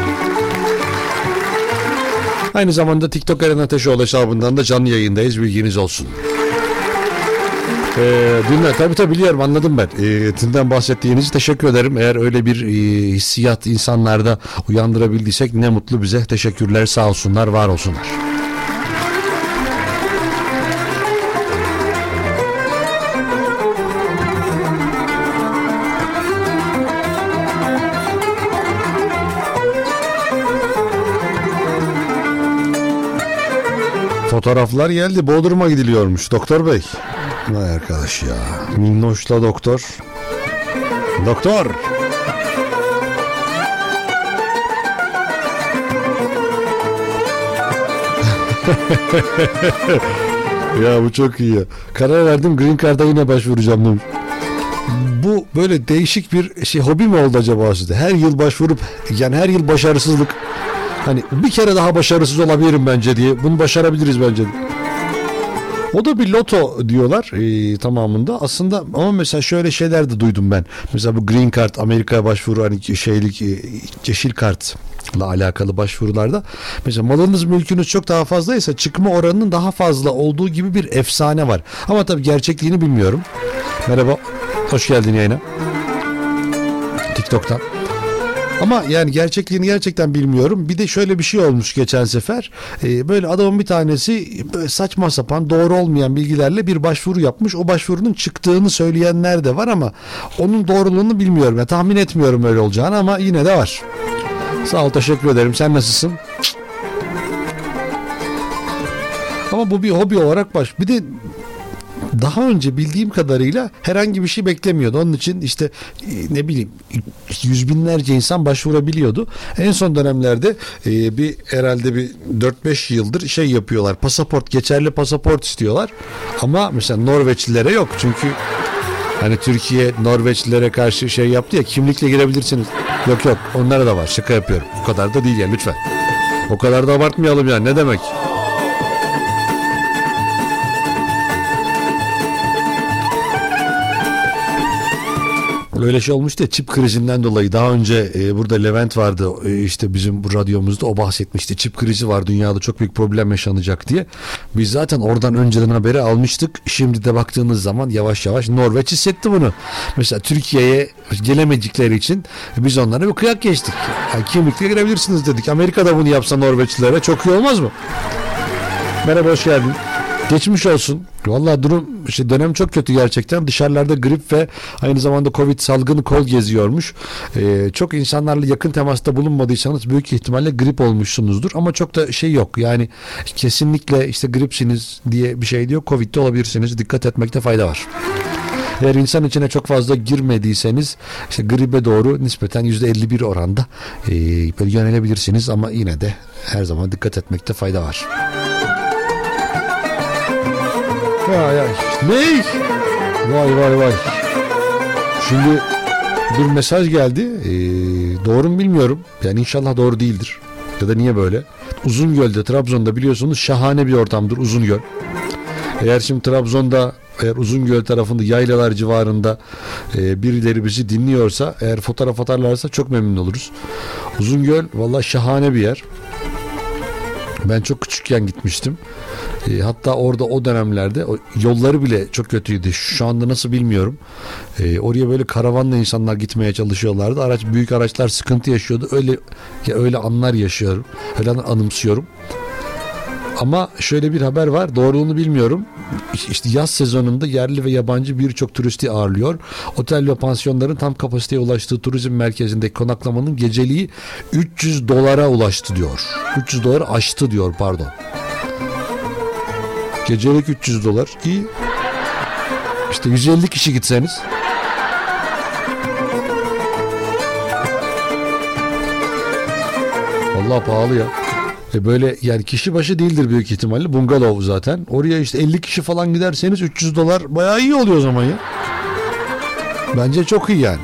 Aynı zamanda TikTok Eren Ateşoğlu hesabından da canlı yayındayız, bilginiz olsun. Dünden tabii biliyorum, anladım ben. Dünden bahsettiğiniz teşekkür ederim. Eğer öyle bir hissiyat insanlarda uyandırabildiysek ne mutlu bize. Teşekkürler, sağ olsunlar, var olsunlar. Fotoğraflar geldi. Bodrum'a gidiliyormuş doktor bey. Vay arkadaş ya. Minnoş'la doktor. Doktor. Ya bu çok iyi ya. Karar verdim, Green Card'a yine başvuracağım demiş. Bu böyle değişik bir hobi mi oldu acaba sizde? Her yıl başvurup, yani her yıl başarısızlık. Hani bir kere daha başarısız olabilirim bence diye. Bunu başarabiliriz bence. O da bir loto diyorlar tamamında. Aslında ama mesela şöyle şeyler de duydum ben. Mesela bu Green Card, Amerika'ya başvuru, hani yeşil kartla alakalı başvurularda. Mesela malınız, mülkünüz çok daha fazlaysa çıkma oranının daha fazla olduğu gibi bir efsane var. Ama tabii gerçekliğini bilmiyorum. Merhaba, hoş geldin yayına. TikTok'tan. Ama yani gerçekliğini gerçekten bilmiyorum. Bir de şöyle bir şey olmuş geçen sefer. Böyle adamın bir tanesi böyle saçma sapan doğru olmayan bilgilerle bir başvuru yapmış. O başvurunun çıktığını söyleyenler de var ama onun doğruluğunu bilmiyorum. Yani tahmin etmiyorum öyle olacağını ama yine de var. Sağ ol, teşekkür ederim. Sen nasılsın? Ama bu bir hobi olarak bir de daha önce bildiğim kadarıyla herhangi bir şey beklemiyordu. Onun için işte ne bileyim yüz binlerce insan başvurabiliyordu. En son dönemlerde bir herhalde bir 4-5 yıldır şey yapıyorlar. Geçerli pasaport istiyorlar. Ama mesela Norveçlilere yok. Çünkü hani Türkiye Norveçlilere karşı şey yaptı ya, kimlikle girebilirsiniz. Yok onlara da var. Şaka yapıyorum. O kadar da değil yani, lütfen. O kadar da abartmayalım yani, ne demek? Öyle şey olmuştu ya, çip krizinden dolayı. Daha önce burada Levent vardı, işte bizim bu radyomuzda, o bahsetmişti. Çip krizi var, dünyada çok büyük problem yaşanacak diye. Biz zaten oradan önceden haberi almıştık. Şimdi de baktığınız zaman yavaş yavaş Norveç hissetti bunu. Mesela Türkiye'ye gelemedikleri için biz onlara bir kıyak geçtik. Yani kimlikle girebilirsiniz dedik. Amerika'da bunu yapsa Norveçlilere çok iyi olmaz mı? Merhaba, hoş geldin. Geçmiş olsun. Vallahi dönem çok kötü gerçekten. Dışarılarda grip ve aynı zamanda Covid salgını kol geziyormuş. Çok insanlarla yakın temasta bulunmadıysanız büyük ihtimalle grip olmuşsunuzdur. Ama çok da şey yok. Yani kesinlikle işte gripsiniz diye bir şey diyor. Covid'de olabilirsiniz. Dikkat etmekte fayda var. Eğer insan içine çok fazla girmediyseniz işte gribe doğru nispeten %51 oranda böyle yönelebilirsiniz. Ama yine de her zaman dikkat etmekte fayda var. Ay. Ne? Vay. Şimdi bir mesaj geldi. Doğru mu bilmiyorum. Yani inşallah doğru değildir. Ya da niye böyle? Uzungöl'de, Trabzon'da biliyorsunuz şahane bir ortamdır Uzungöl. Eğer şimdi Trabzon'da, eğer Uzungöl tarafında, yaylalar civarında birileri bizi dinliyorsa, eğer fotoğraf atarlarsa çok memnun oluruz. Uzungöl vallahi şahane bir yer. Ben çok küçükken gitmiştim. Hatta orada o dönemlerde yolları bile çok kötüydü. Şu anda nasıl bilmiyorum. Oraya böyle karavanla insanlar gitmeye çalışıyorlardı. Büyük araçlar sıkıntı yaşıyordu. Öyle anlar yaşıyorum. Öyle anımsıyorum. Ama şöyle bir haber var. Doğruluğunu bilmiyorum. İşte yaz sezonunda yerli ve yabancı birçok turisti ağırlıyor. Otel ve pansiyonların tam kapasiteye ulaştığı turizm merkezindeki konaklamanın geceliği $300 ulaştı diyor. $300 aştı diyor, pardon. Gecelik $300. İyi. İşte 150 kişi gitseniz. Vallahi pahalı ya. Böyle yani kişi başı değildir büyük ihtimalle. Bungalov zaten. Oraya işte 50 kişi falan giderseniz $300 bayağı iyi oluyor o zaman ya. Bence çok iyi yani.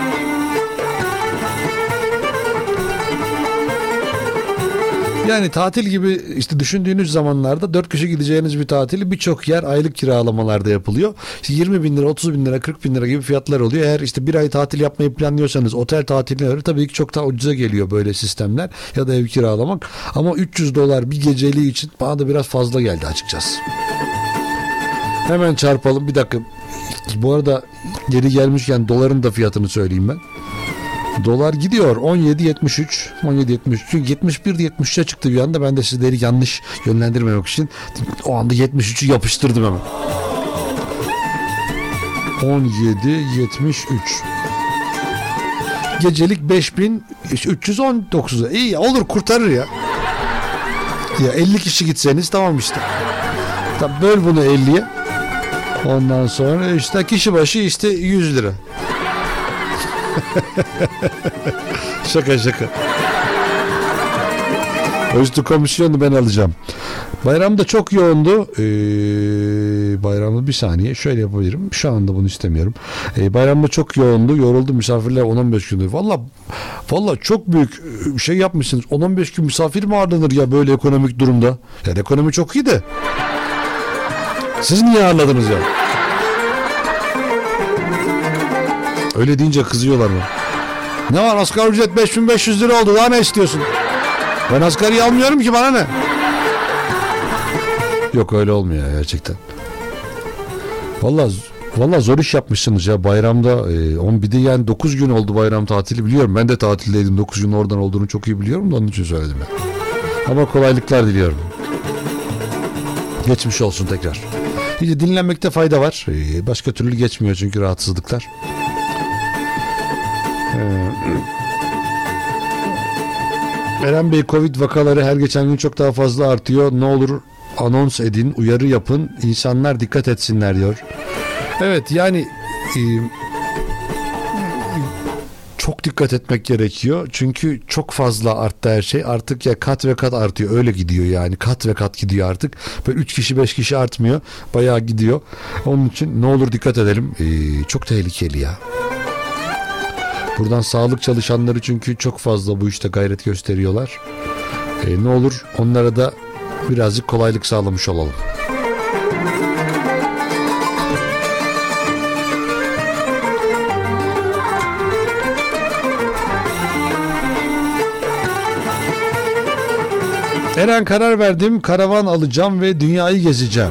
Yani tatil gibi işte düşündüğünüz zamanlarda 4 kişi gideceğiniz bir tatili birçok yer aylık kiralamalarda yapılıyor. İşte 20 bin lira, 30 bin lira, 40 bin lira gibi fiyatlar oluyor. Eğer işte bir ay tatil yapmayı planlıyorsanız otel tatiline göre tabii ki çok daha ucuza geliyor böyle sistemler ya da ev kiralamak. Ama $300 bir geceliği için bana da biraz fazla geldi açıkçası. Hemen çarpalım, bir dakika. Bu arada geri gelmişken doların da fiyatını söyleyeyim ben. Dolar gidiyor 17.73. Çünkü 71'de çıktı bir anda. Ben de sizleri yanlış yönlendirmemek için o anda 73'ü yapıştırdım hemen. 17.73. Gecelik 5.319. İyi olur, kurtarır ya. Ya 50 kişi gitseniz tamam işte. Tabii böl bunu 50'ye. Ondan sonra işte kişi başı işte 100 lira. Şaka. Üstü komisyonu ben alacağım. Bayramda çok yoğundu. Bayramda bir saniye şöyle yapabilirim. Şu anda bunu istemiyorum. Bayramda çok yoğundu. Yoruldu misafirler 10-15 gündür. Valla çok büyük şey yapmışsınız. 10-15 gün misafir mi ağırlanır ya böyle ekonomik durumda? Yani ekonomi çok iyi de. Siz niye ağırladınız ya? Öyle deyince kızıyorlar mı? Ne var, asgari ücret 5.500 lira oldu, daha ne istiyorsun? Ben asgari almıyorum ki, bana ne? Yok öyle olmuyor gerçekten. Vallahi Valla zor iş yapmışsınız ya bayramda. Bir de yani 9 gün oldu bayram tatili, biliyorum. Ben de tatildeydim, 9 gün oradan olduğunu çok iyi biliyorum da onun için söyledim ya. Ama kolaylıklar diliyorum. Geçmiş olsun tekrar. İyice dinlenmekte fayda var. Başka türlü geçmiyor çünkü rahatsızlıklar. Eren Bey, Covid vakaları her geçen gün çok daha fazla artıyor. Ne olur anons edin, uyarı yapın, insanlar dikkat etsinler diyor. Evet yani çok dikkat etmek gerekiyor. Çünkü çok fazla arttı her şey. Artık ya kat ve kat artıyor. Öyle gidiyor yani. Kat ve kat gidiyor artık. Böyle 3 kişi 5 kişi artmıyor. Bayağı gidiyor. Onun için ne olur dikkat edelim. Çok tehlikeli ya. Buradan sağlık çalışanları çünkü çok fazla bu işte gayret gösteriyorlar. Ne olur onlara da birazcık kolaylık sağlamış olalım. Eren, karar verdim, karavan alacağım ve dünyayı gezeceğim.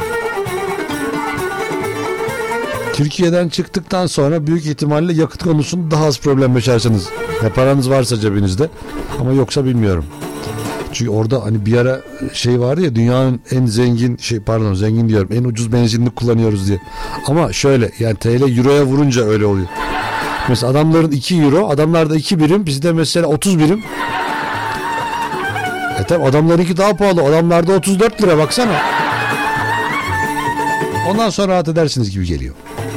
Türkiye'den çıktıktan sonra büyük ihtimalle yakıt konusunda daha az problem yaşarsınız. Paranız varsa cebinizde, ama yoksa bilmiyorum. Çünkü orada hani bir ara şey vardı ya, dünyanın en zengin zengin diyorum, en ucuz benzinini kullanıyoruz diye. Ama şöyle yani TL euroya vurunca öyle oluyor. Mesela adamların 2 euro, adamlarda 2 birim, bizde mesela 30 birim. Tabi adamlarınki daha pahalı. Adamlarda 34 lira baksana. Ondan sonra rahat edersiniz gibi geliyor.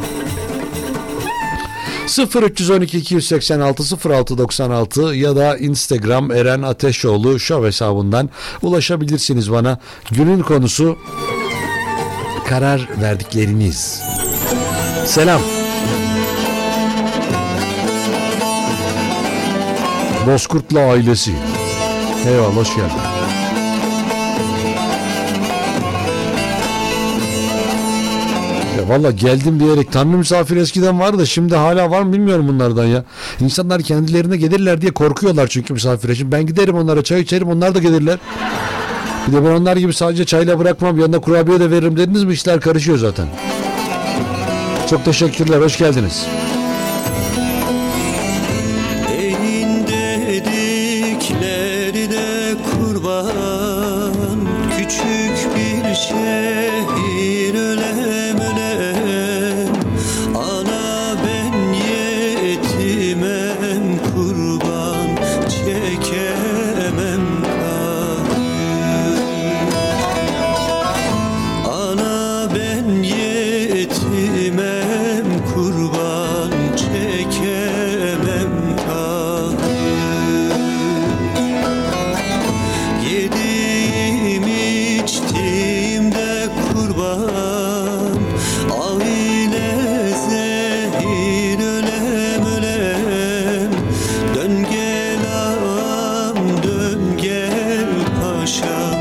0312 286 0696 ya da Instagram Eren Ateşoğlu Show hesabından ulaşabilirsiniz bana. Günün konusu karar verdikleriniz. Selam. Bozkurtlu ailesi. Eyvallah, hoş geldin. Ya valla geldim diyerek Tanrı misafir eskiden vardı da şimdi hala var mı bilmiyorum bunlardan ya. İnsanlar kendilerine gelirler diye korkuyorlar çünkü misafire. Şimdi ben giderim onlara, çay içerim, onlar da gelirler. Bir de ben onlar gibi sadece çayla bırakmam, yanına kurabiye de veririm dediniz mi işler karışıyor zaten. Çok teşekkürler, hoş geldiniz. Şehir ölem ölem, ana ben yetimem, kurban çekemem kahrı. Ana ben yetimem, kurban çekemem kahrı. Yediğim içtiğim kurban, aile zehir ölem ölem. Dön gel ağam, dön gel paşam,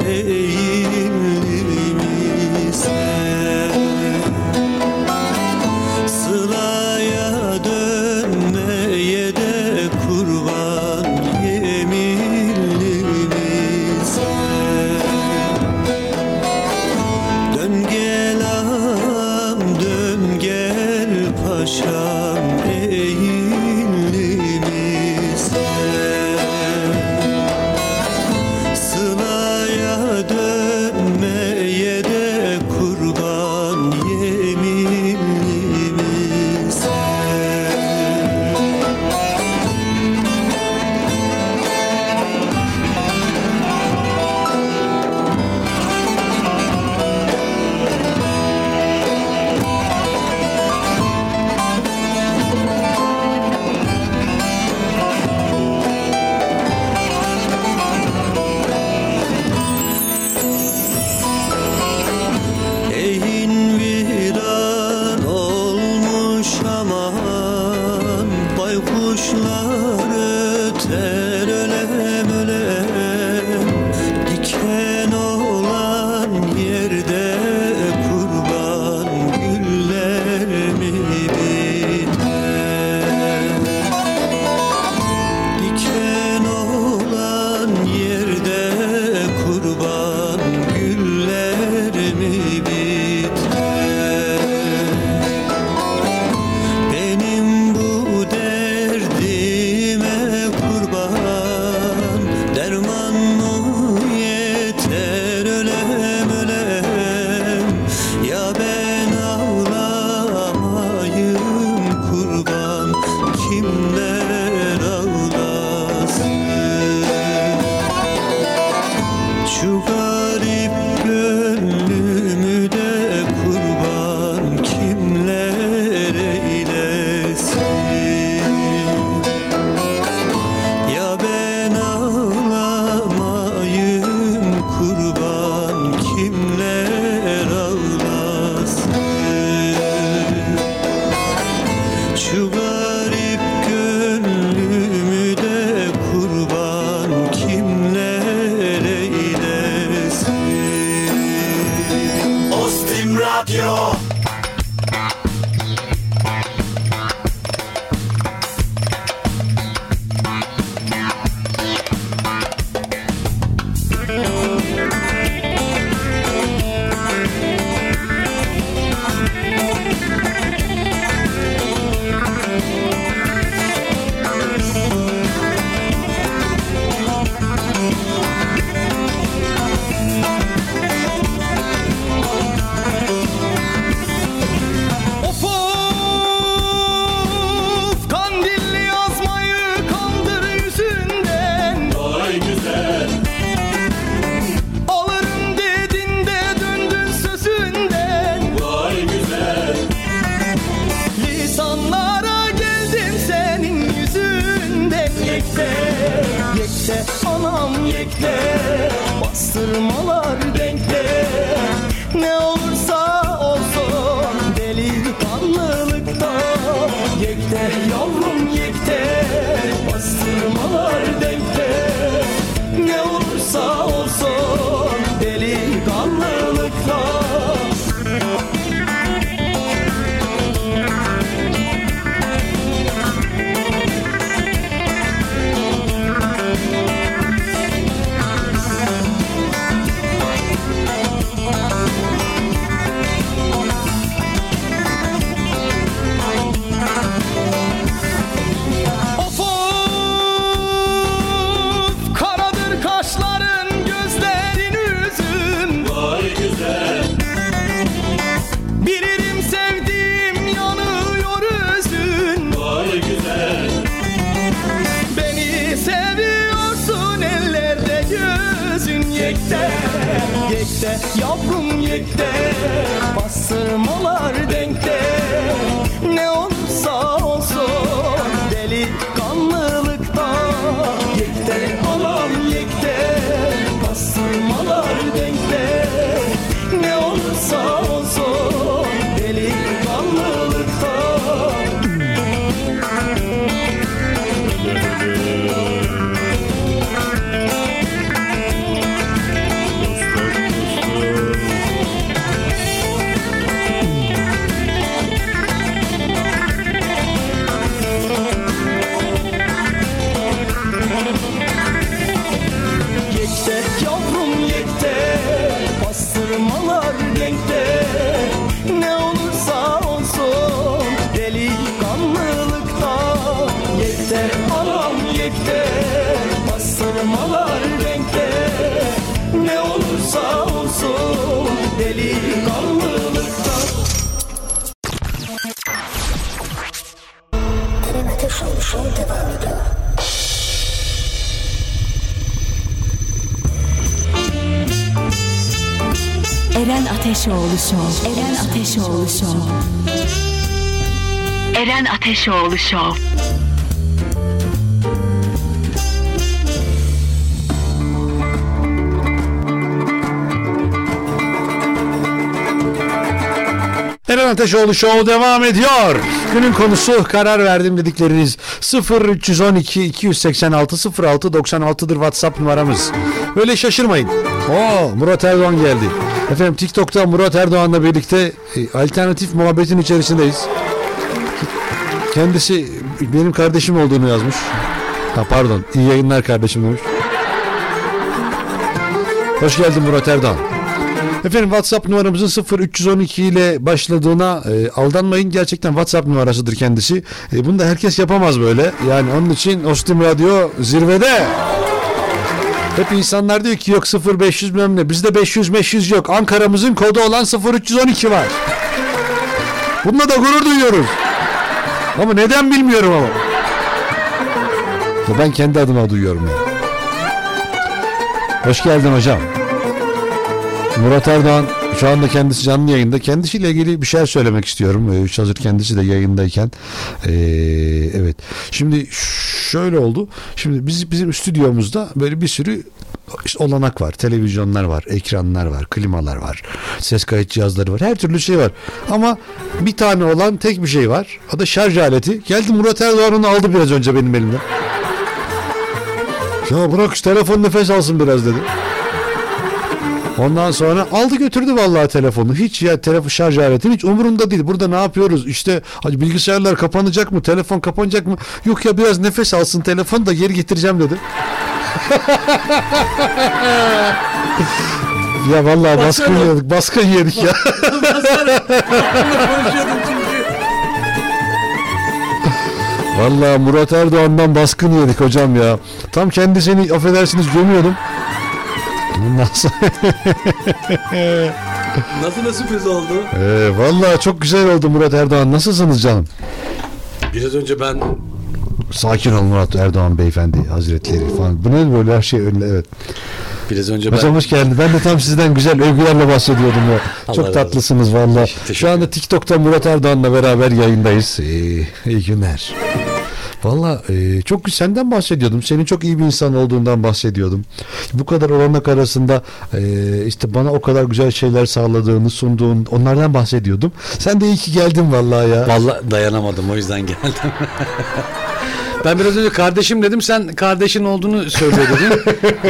eğilimize. Sılaya dönmeye de kurban yeminimize. Dön gel ağam, dön gel paşam, eğilimize. Sıla yekte, bastırmalar denkte. Ne olursa olsun delikanlılıkta yekte, yavrum yekte, bastırmalar denkte. Ne olursa olsun delikanlılıkta. Yekte, yavrum yekte, bastırmalar denkte. Ne olursa olsun delikanlılıkta yekte, alam yekte, bastırmalar denkte. Ne olursa olsun delikanlılıkta. Bastırmalar denkte. Ne olursa olsun delikanlılıkta yekte, anam yekte, bastırmalar denkte. Ne olursa olsun delikanlılıkta. Eren Ateşoğlu Show devam ediyor. Eren Ateşoğlu Show. Eren Ateşoğlu Show. Eren Ateşoğlu Show. Eren Ateşoğlu Show devam ediyor. Günün konusu karar verdim dedikleriniz 0312 286 06 96'dır WhatsApp numaramız. Böyle şaşırmayın. Murat Erdoğan geldi. Efendim TikTok'ta Murat Erdoğan'la birlikte alternatif muhabbetin içerisindeyiz. Kendisi benim kardeşim olduğunu yazmış. Pardon, iyi yayınlar kardeşim demiş. Hoş geldin Murat Erdoğan. Efendim WhatsApp numaramızın 0312 ile başladığına aldanmayın. Gerçekten WhatsApp numarasıdır kendisi. Bunu da herkes yapamaz böyle. Yani onun için Ostim Radyo zirvede. Hep insanlar diyor ki yok 0500 bilmem ne. Bizde 500 yok. Ankara'mızın kodu olan 0312 var. Bununla da gurur duyuyoruz. Ama neden bilmiyorum ama. Ben kendi adıma duyuyorum yani. Hoş geldin hocam. Murat Erdoğan şu anda kendisi canlı yayında. Kendisiyle ilgili bir şeyler söylemek istiyorum. Hazır kendisi de yayındayken. Evet. Şimdi şöyle oldu. Şimdi bizim stüdyomuzda böyle bir sürü olanak var. Televizyonlar var, ekranlar var, klimalar var, ses kayıt cihazları var. Her türlü şey var. Ama bir tane olan tek bir şey var. O da şarj aleti. Geldi Murat Erdoğan onu aldı biraz önce benim elimden. Ya bırak şu telefon nefes alsın biraz dedi. Ondan sonra aldı götürdü vallahi telefonu. Hiç ya telefon şarj aletinin hiç umurunda değil. Burada ne yapıyoruz? İşte bilgisayarlar kapanacak mı? Telefon kapanacak mı? Yok ya biraz nefes alsın telefon da geri getireceğim dedi. Ya vallahi baskın yedik ya. Vallahi Murat Erdoğan'dan baskın yedik hocam ya. Tam kendisini affedersiniz gömüyordum. Nasıl sürpriz oldu? Vallahi çok güzel oldu Murat Erdoğan. Nasılsınız canım? Biraz önce ben... Sakin ol Murat Erdoğan beyefendi hazretleri falan. Bu ne böyle her şey öyle, evet. Biraz önce hocam hoş geldin. Ben de tam sizden güzel övgülerle bahsediyordum ya. Çok tatlısınız vallahi. Şu anda TikTok'ta Murat Erdoğan'la beraber yayındayız. İyi günler. Valla çok senden bahsediyordum. Senin çok iyi bir insan olduğundan bahsediyordum. Bu kadar olanak arasında işte bana o kadar güzel şeyler sağladığını, sunduğun, onlardan bahsediyordum. Sen de iyi ki geldin vallahi ya. Vallahi dayanamadım, o yüzden geldim. Ben biraz önce kardeşim dedim, sen kardeşin olduğunu söylüyordun.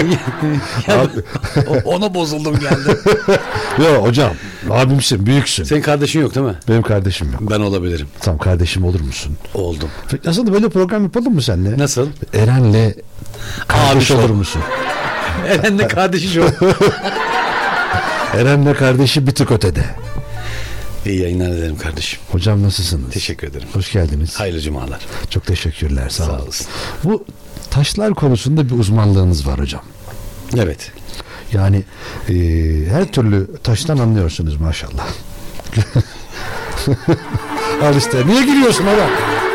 Ona bozuldum, geldim. Yok hocam, abimsin, büyüksün. Senin kardeşin yok değil mi? Benim kardeşim yok. Ben olabilirim. Tamam, kardeşim olur musun? Oldum. Nasıl da böyle program yapalım mı seninle? Nasıl? Eren'le kardeş Abi olur musun? Eren'le kardeşi çok. Eren'le kardeşi bir tık ötede. İyi yayınlar ederim kardeşim. Hocam nasılsınız? Teşekkür ederim. Hoş geldiniz. Hayırlı cumalar. Çok teşekkürler. Sağ olun. olasın. Bu taşlar konusunda bir uzmanlığınız var hocam. Evet. Yani her türlü taştan anlıyorsunuz maşallah. Al işte. Niye gülüyorsun adam?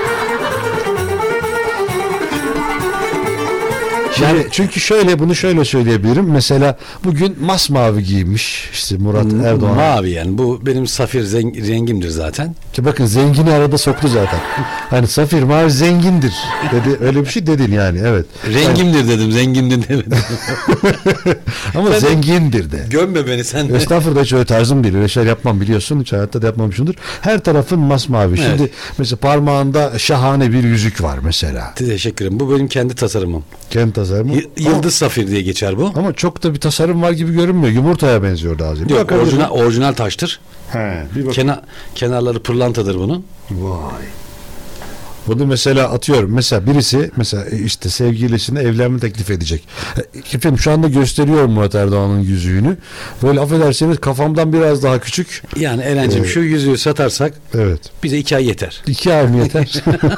Yani çünkü bunu şöyle söyleyebilirim. Mesela bugün masmavi giymiş işte Murat Erdoğan. Mavi yani. Bu benim safir rengimdir zaten. Ki bakın, zengini arada soktu zaten. Hani safir mavi zengindir dedi. Öyle bir şey dedin yani, evet. Rengimdir dedim. Zengindir demedim. Ama sen zengindir de. Gömme beni sen de. Estağfurullah, hiç öyle tarzım değil. Öyle şeyler yapmam, biliyorsun. Hiç hayatta da yapmamışımdır. Her tarafın masmavi. Evet. Şimdi mesela parmağında şahane bir yüzük var mesela. Teşekkür ederim. Bu benim kendi tasarımım. Kendi tasarımı. Yıldız safir diye geçer bu. Ama çok da bir tasarım var gibi görünmüyor. Yumurtaya benziyor daha az. Yok, orijinal taştır. Kenarları pırlantadır bunun. Vay. Bunu mesela atıyorum. Mesela birisi işte sevgilisine evlenme teklif edecek. Efendim şu anda gösteriyorum Murat Erdoğan'ın yüzüğünü. Böyle affederseniz kafamdan biraz daha küçük. Yani Eren'cim şu yüzüğü satarsak evet, bize 2 ay yeter. 2 ay mı yeter?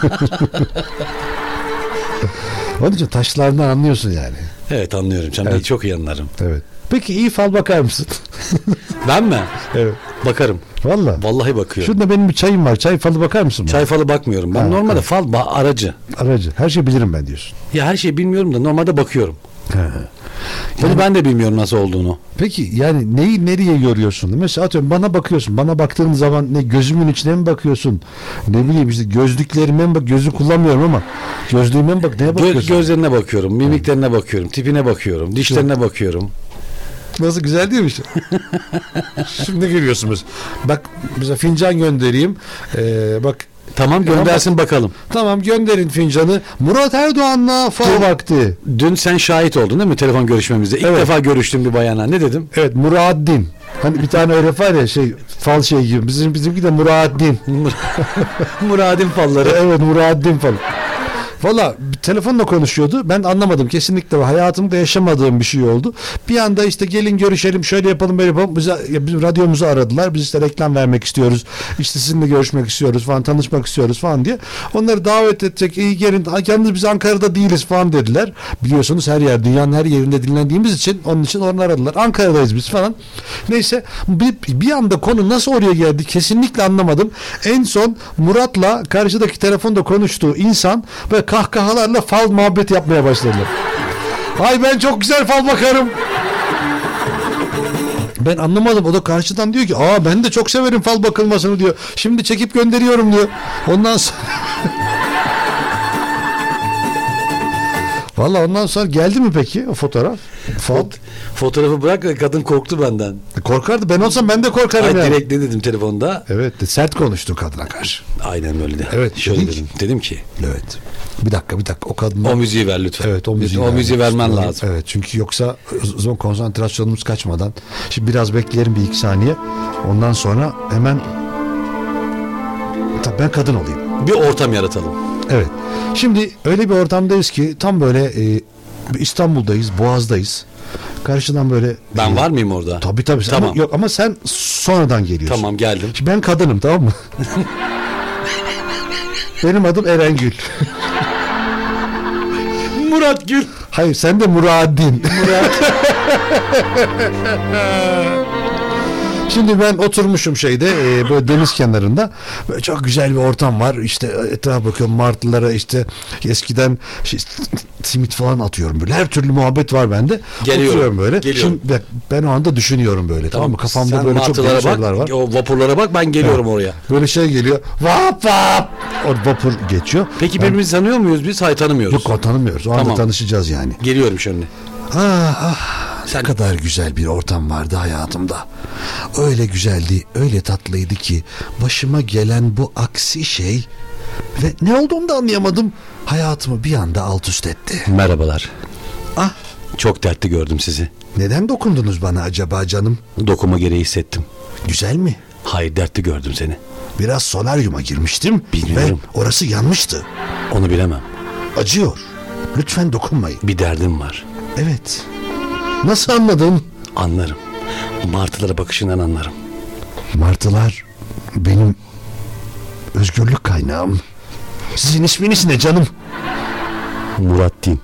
Onun için taşlardan anlıyorsun yani. Evet, anlıyorum. Sen evet, çok iyi anlarım. Evet. Peki iyi fal bakar mısın? Ben mi? Evet. Bakarım. Vallahi bakıyorum. Şurada benim bir çayım var. Çay falı bakar mısın? Çay falı bakmıyorum. Ben normalde fal aracı. Her şeyi bilirim ben diyorsun. Ya her şeyi bilmiyorum da normalde bakıyorum. Bunu ben de bilmiyorum nasıl olduğunu. Peki yani neyi nereye görüyorsun? Mesela atıyorum, bana bakıyorsun. Bana baktığın zaman ne gözümün içine mi bakıyorsun? Ne bileyim işte gözlüklerime mi bak? Gözü kullanmıyorum ama gözlüğüme mi bak? Neye bakıyorsun? Gözlerine bakıyorum, mimiklerine bakıyorum, tipine bakıyorum, dişlerine bakıyorum. Nasıl, güzel değil mi işte? Şimdi gülüyorsunuz. Bak mesela fincan göndereyim. Bak. Tamam, göndersin bakalım. Tamam, gönderin fincanı. Murat Erdoğan'la fal vakti. Dün sen şahit oldun değil mi telefon görüşmemizde? İlk defa görüştüm bir bayana. Ne dedim? Evet, Muraddin. Hani bir tane öyle var ya fal gibi. Bizimki de Muraddin. Muradin falları. Evet, Muraddin falı. Valla telefonla konuşuyordu. Ben anlamadım. Kesinlikle hayatımda yaşamadığım bir şey oldu. Bir anda işte gelin görüşelim, şöyle yapalım, böyle yapalım. Bizim radyomuzu aradılar. Biz işte reklam vermek istiyoruz. İşte sizinle görüşmek istiyoruz falan, tanışmak istiyoruz falan diye. Onları davet edecek. İyi gelin. Yalnız biz Ankara'da değiliz falan dediler. Biliyorsunuz dünyanın her yerinde dinlendiğimiz için onun için onu aradılar. Ankara'dayız biz falan. Neyse bir anda konu nasıl oraya geldi kesinlikle anlamadım. En son Murat'la karşıdaki telefonda konuştuğu insan ve kahkahalarla fal muhabbeti yapmaya başladılar. Ay ben çok güzel fal bakarım. Ben anlamadım. O da karşıdan diyor ki ben de çok severim fal bakılmasını diyor. Şimdi çekip gönderiyorum diyor. Ondan sonra Valla ondan sonra geldi mi peki o fotoğraf? Fotoğrafı bırak, kadın korktu benden. Korkardı. Ben olsam ben de korkarım. Yani. Direkt ne dedim telefonda? Evet, sert konuştu kadına karşı. Aynen öyle de. Evet, şöyle dedim. Dedim ki. Evet. Bir dakika o kadına. O müziği ver lütfen. Evet, o müziği vermen lazım. Evet, çünkü yoksa o zaman konsantrasyonumuz kaçmadan. Şimdi biraz bekleyelim, bir 2 saniye. Ondan sonra hemen ben kadın olayım. Bir ortam yaratalım. Evet. Şimdi öyle bir ortamdayız ki tam böyle İstanbul'dayız, Boğaz'dayız. Karşıdan böyle. Ben var mıyım orada? Tabii. Tamam. Ama sen sonradan geliyorsun. Tamam, geldim. Şimdi ben kadınım, tamam mı? Benim adım Erengül. Murat Gül. Hayır, sen de Muraddin. Şimdi ben oturmuşum şeyde böyle deniz kenarında. Böyle çok güzel bir ortam var. İşte etrafa bakıyorum, martılara işte eskiden simit falan atıyorum böyle. Her türlü muhabbet var bende. Oturuyorum böyle. Geliyorum. Şimdi ben o anda düşünüyorum böyle. Tamam mı? Kafamda Sen böyle çok martılara büyük bak, sorular var. o vapurlara bak, ben geliyorum oraya. Böyle şey geliyor. Vap vap. O vapur geçiyor. Peki birbirimizi tanıyor muyuz biz? Hayır, tanımıyoruz. Yok, tanımıyoruz. O anda tanışacağız yani. Geliyorum şimdi. Ne kadar güzel bir ortam vardı hayatımda. Öyle güzeldi, öyle tatlıydı ki başıma gelen bu aksi şey ve ne olduğunu da anlayamadım. Hayatımı bir anda alt üst etti. Merhabalar. Ah, çok dertli gördüm sizi. Neden dokundunuz bana acaba canım? Dokunma gereği hissettim. Güzel mi? Hayır, dertli gördüm seni. Biraz solaryuma girmiştim. Bilmiyorum. Ve orası yanmıştı. Onu bilemem. Acıyor. Lütfen dokunmayın. Bir derdim var. Evet. Nasıl anladın? Anlarım. Martılara bakışından anlarım. Martılar benim özgürlük kaynağım. Sizin isminiz ne canım? Murattin.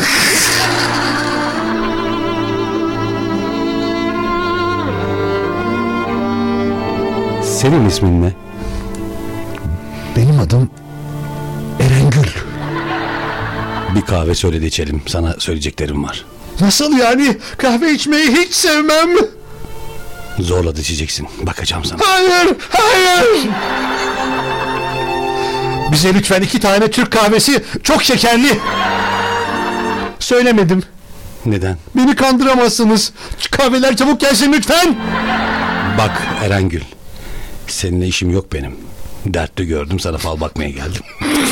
Senin ismin ne? Benim adım Erengül. Bir kahve söyle de içelim. Sana söyleyeceklerim var. Nasıl yani? Kahve içmeyi hiç sevmem. Zorla da içeceksin. Bakacağım sana. Hayır, hayır. Bize lütfen 2 tane Türk kahvesi, çok şekerli. Söylemedim. Neden? Beni kandıramazsınız. Kahveler çabuk gelsin lütfen. Bak Erengül, seninle işim yok benim. Dertli gördüm, sana fal bakmaya geldim.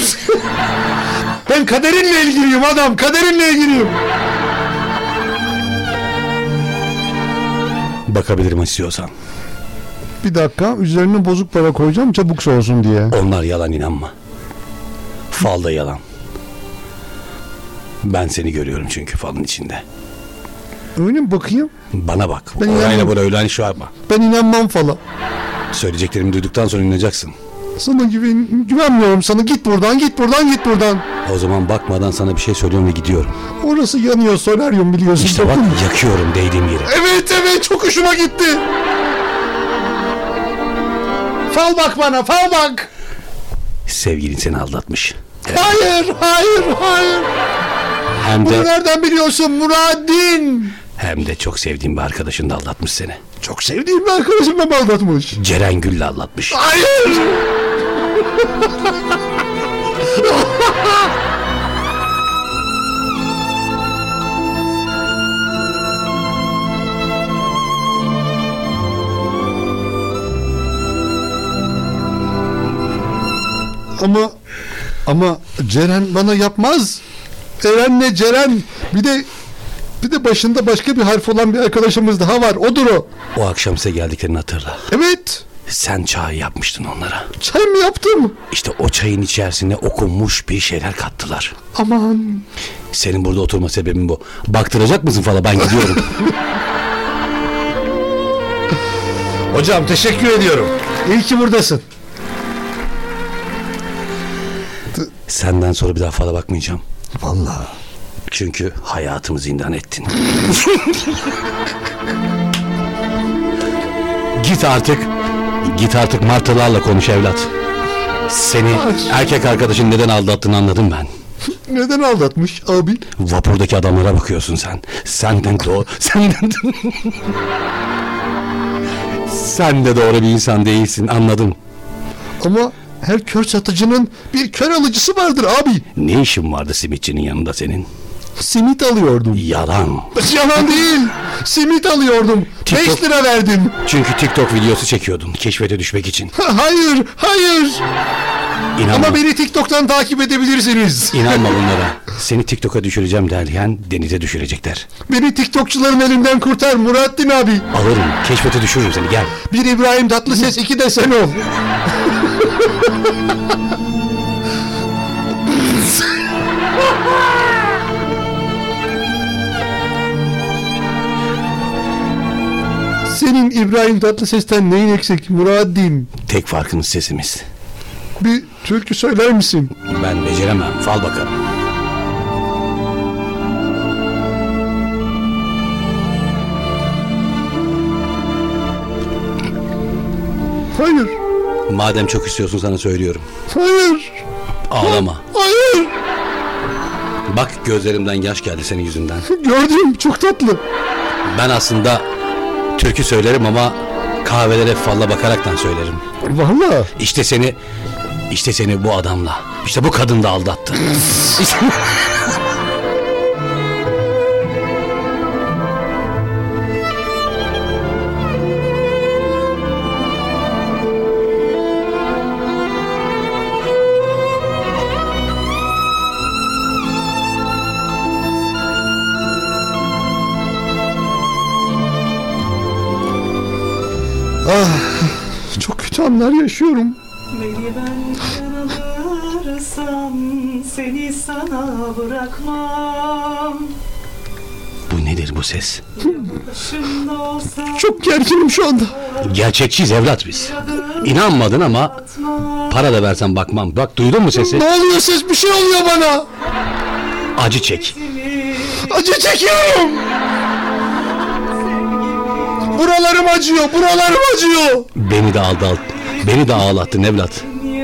Ben kaderinle ilgiliyim adam, kaderinle ilgiliyim. Bakabilirim istiyorsan. Bir dakika, üzerine bozuk para koyacağım çabuk soğusun diye. Onlar yalan, inanma. Fal da yalan. Ben seni görüyorum çünkü falın içinde. Öyle mi, bakayım? Bana bak. Ben Orayla böyle öyle iş var mı? Ben inanmam fala. Söyleyeceklerimi duyduktan sonra inanacaksın. Sana güvenmiyorum sana. Git buradan, git buradan, git buradan. O zaman bakmadan sana bir şey söylüyorum ve gidiyorum. Orası yanıyor, solaryum biliyorsun. İşte bak, yakıyorum değdiğim yeri. Evet evet, çok hoşuma gitti. Fal bak bana, fal bak. Sevgilin seni aldatmış. Evet. Hayır, hayır, hayır. Hem de... Bunu nereden biliyorsun Murattin? Hem de çok sevdiğim bir arkadaşın da aldatmış seni. Çok sevdiğim bir arkadaşım da mı aldatmış? Ceren Gül'le aldatmış. Hayır. Ama Ceren bana yapmaz. Eren'le Ceren, bir de başında başka bir harf olan bir arkadaşımız daha var. Odur o. O akşam size geldiklerini hatırla. Evet. Sen çay yapmıştın onlara. Çay mı yaptım? İşte o çayın içerisine okunmuş bir şeyler kattılar. Aman. Senin burada oturma sebebin bu. Baktıracak mısın falan, ben gidiyorum. Hocam teşekkür ediyorum. İyi ki buradasın. Senden sonra bir daha fala bakmayacağım. Vallahi. Çünkü hayatımı zindan ettin. Git artık martılarla konuş evlat. Seni erkek arkadaşın neden aldattığını anladım ben. Neden aldatmış abi? Vapurdaki adamlara bakıyorsun sen. Sen de doğru bir insan değilsin, anladım. Ama her kör satıcının bir kör alıcısı vardır abi. Ne işin vardı simitçinin yanında senin? Simit alıyordum. Yalan. Yalan değil. Simit alıyordum. 5 lira verdim. Çünkü TikTok videosu çekiyordun keşfete düşmek için. Hayır. İnanma. Ama beni TikTok'tan takip edebilirsiniz. İnanma bunlara. Seni TikTok'a düşüreceğim derken denize düşürecekler. Beni TikTokçuların elinden kurtar Murattin abi. Alırım. Keşfete düşürürüm seni, gel. 1 İbrahim Tatlıses, 2 de sen ol. Senin İbrahim Tatlıses'ten neyin eksik Murattin? Tek farkımız sesimiz. Bir türkü söyler misin? Ben beceremem. Fal bakalım. Hayır. Madem çok istiyorsun sana söylüyorum. Hayır. Ağlama. Hayır. Bak gözlerimden yaş geldi senin yüzünden. Gördüm, çok tatlı. Ben aslında türkü söylerim ama kahvelere falla bakaraktan söylerim. Vallahi. İşte seni bu adamla, işte bu kadın da aldattı. Çok kötü anlar yaşıyorum. Beni benden alırsan seni sana bırakmam. Bu nedir bu ses? Çok gerginim şu anda. Gerçekçiyiz evlat biz. İnanmadın ama para da versen bakmam. Bak duydun mu sesi? Ne oluyor ses? Bir şey oluyor bana. Acı çek. Acı çekiyorum. Buralarım acıyor, buralarım acıyor. Beni de ağlattın evlat.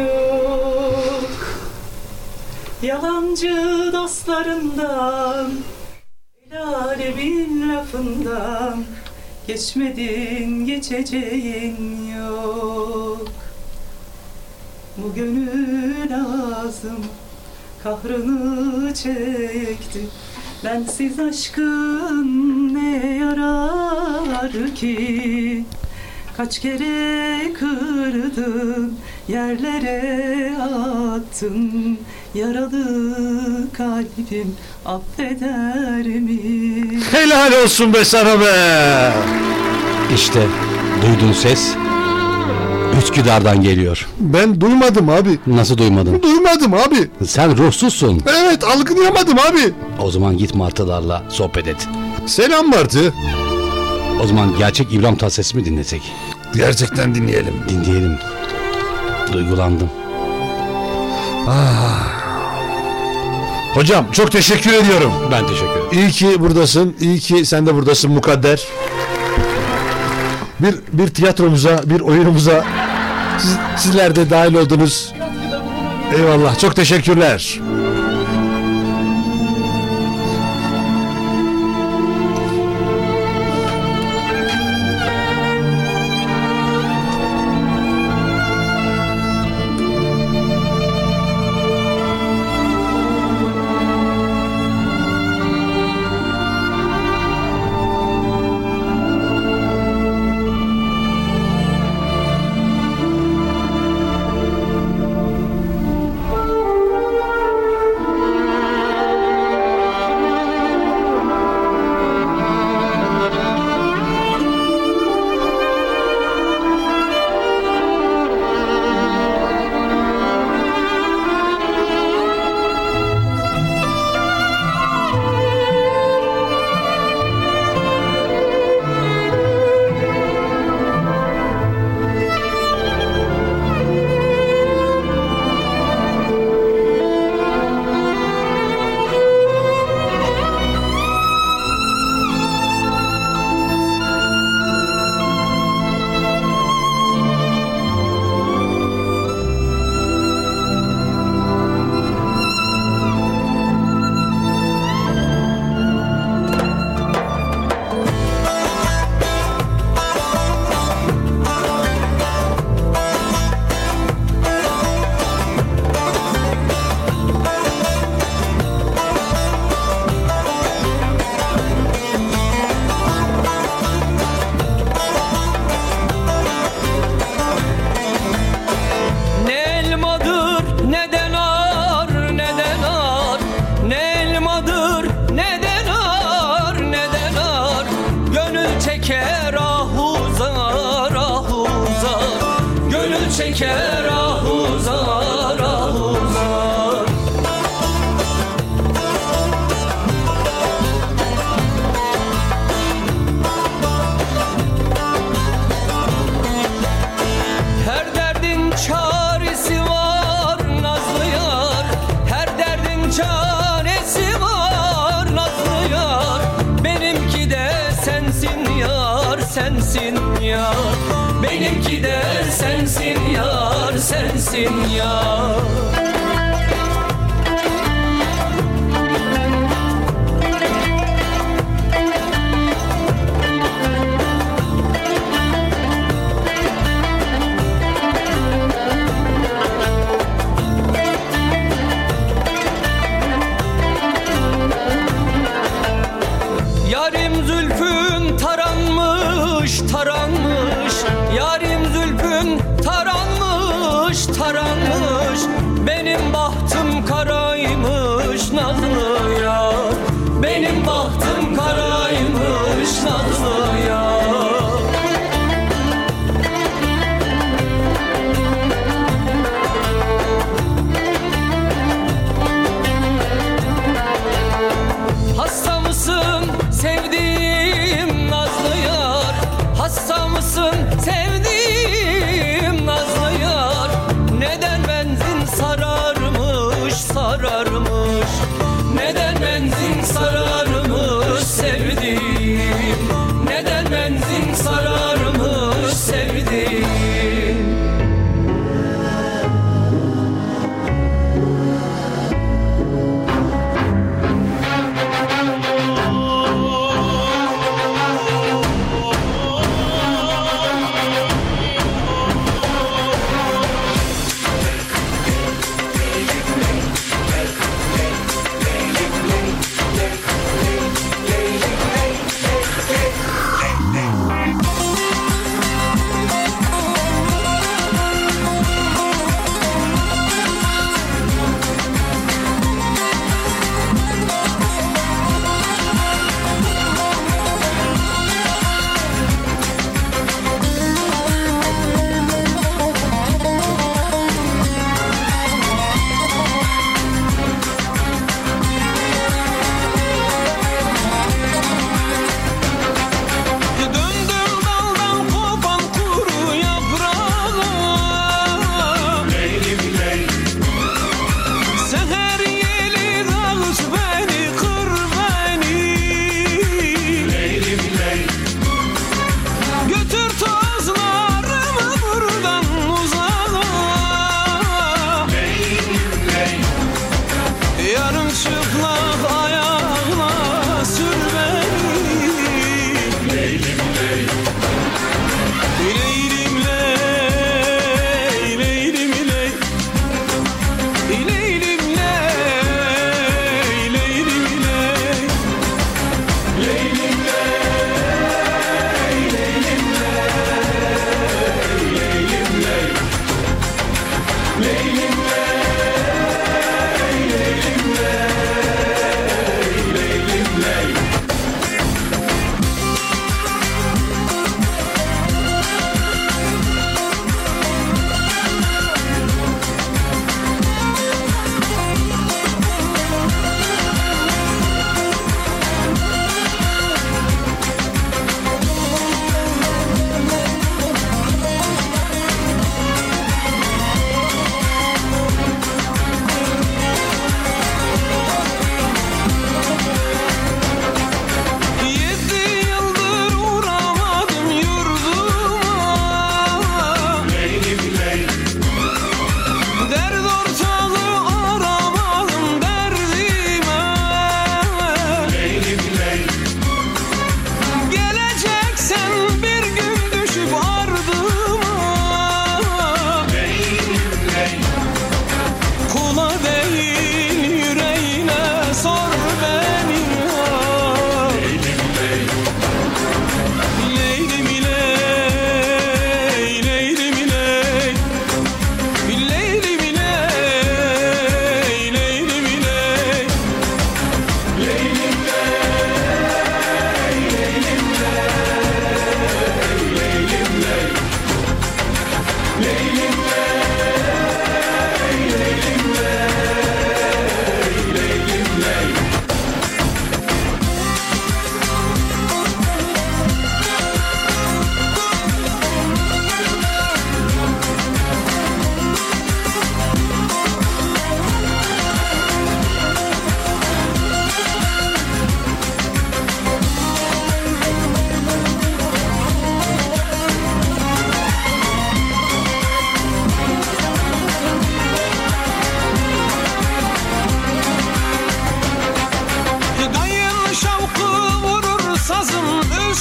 Yalancı dostlarından, el alemin lafından, geçmedin geçeceğin yok. Bu gönül ağzım kahrını çekti. Bensiz aşkın ne yarar ki? Kaç kere kırdın, yerlere attın. Yaralı kalbim affeder mi? Helal olsun be sana be. İşte duydun ses Üsküdar'dan geliyor. Ben duymadım abi. Nasıl duymadın? Duymadım abi. Sen ruhsuzsun. Evet, algılayamadım abi. O zaman git martılarla sohbet et. Selam Martı. O zaman gerçek İbrahim Tatlıses'i mi dinlesek? Gerçekten dinleyelim. Dinleyelim. Duygulandım. Hocam çok teşekkür ediyorum. Ben teşekkür ederim. İyi ki buradasın. İyi ki sen de buradasın mukadder. Bir tiyatromuza, bir oyunumuza sizler de dahil oldunuz. Eyvallah. Çok teşekkürler. çeker ah uzar ah uzar. Her derdin çaresi var nazlı yar, her derdin çaresi var nazlı yar. Benimki de sensin yar, sensin yar. Benimki de sensin yar, sensin yar. Yarim zülfün taranmış, taranmış. Yarim zülfün taranmış, taranmış. Benim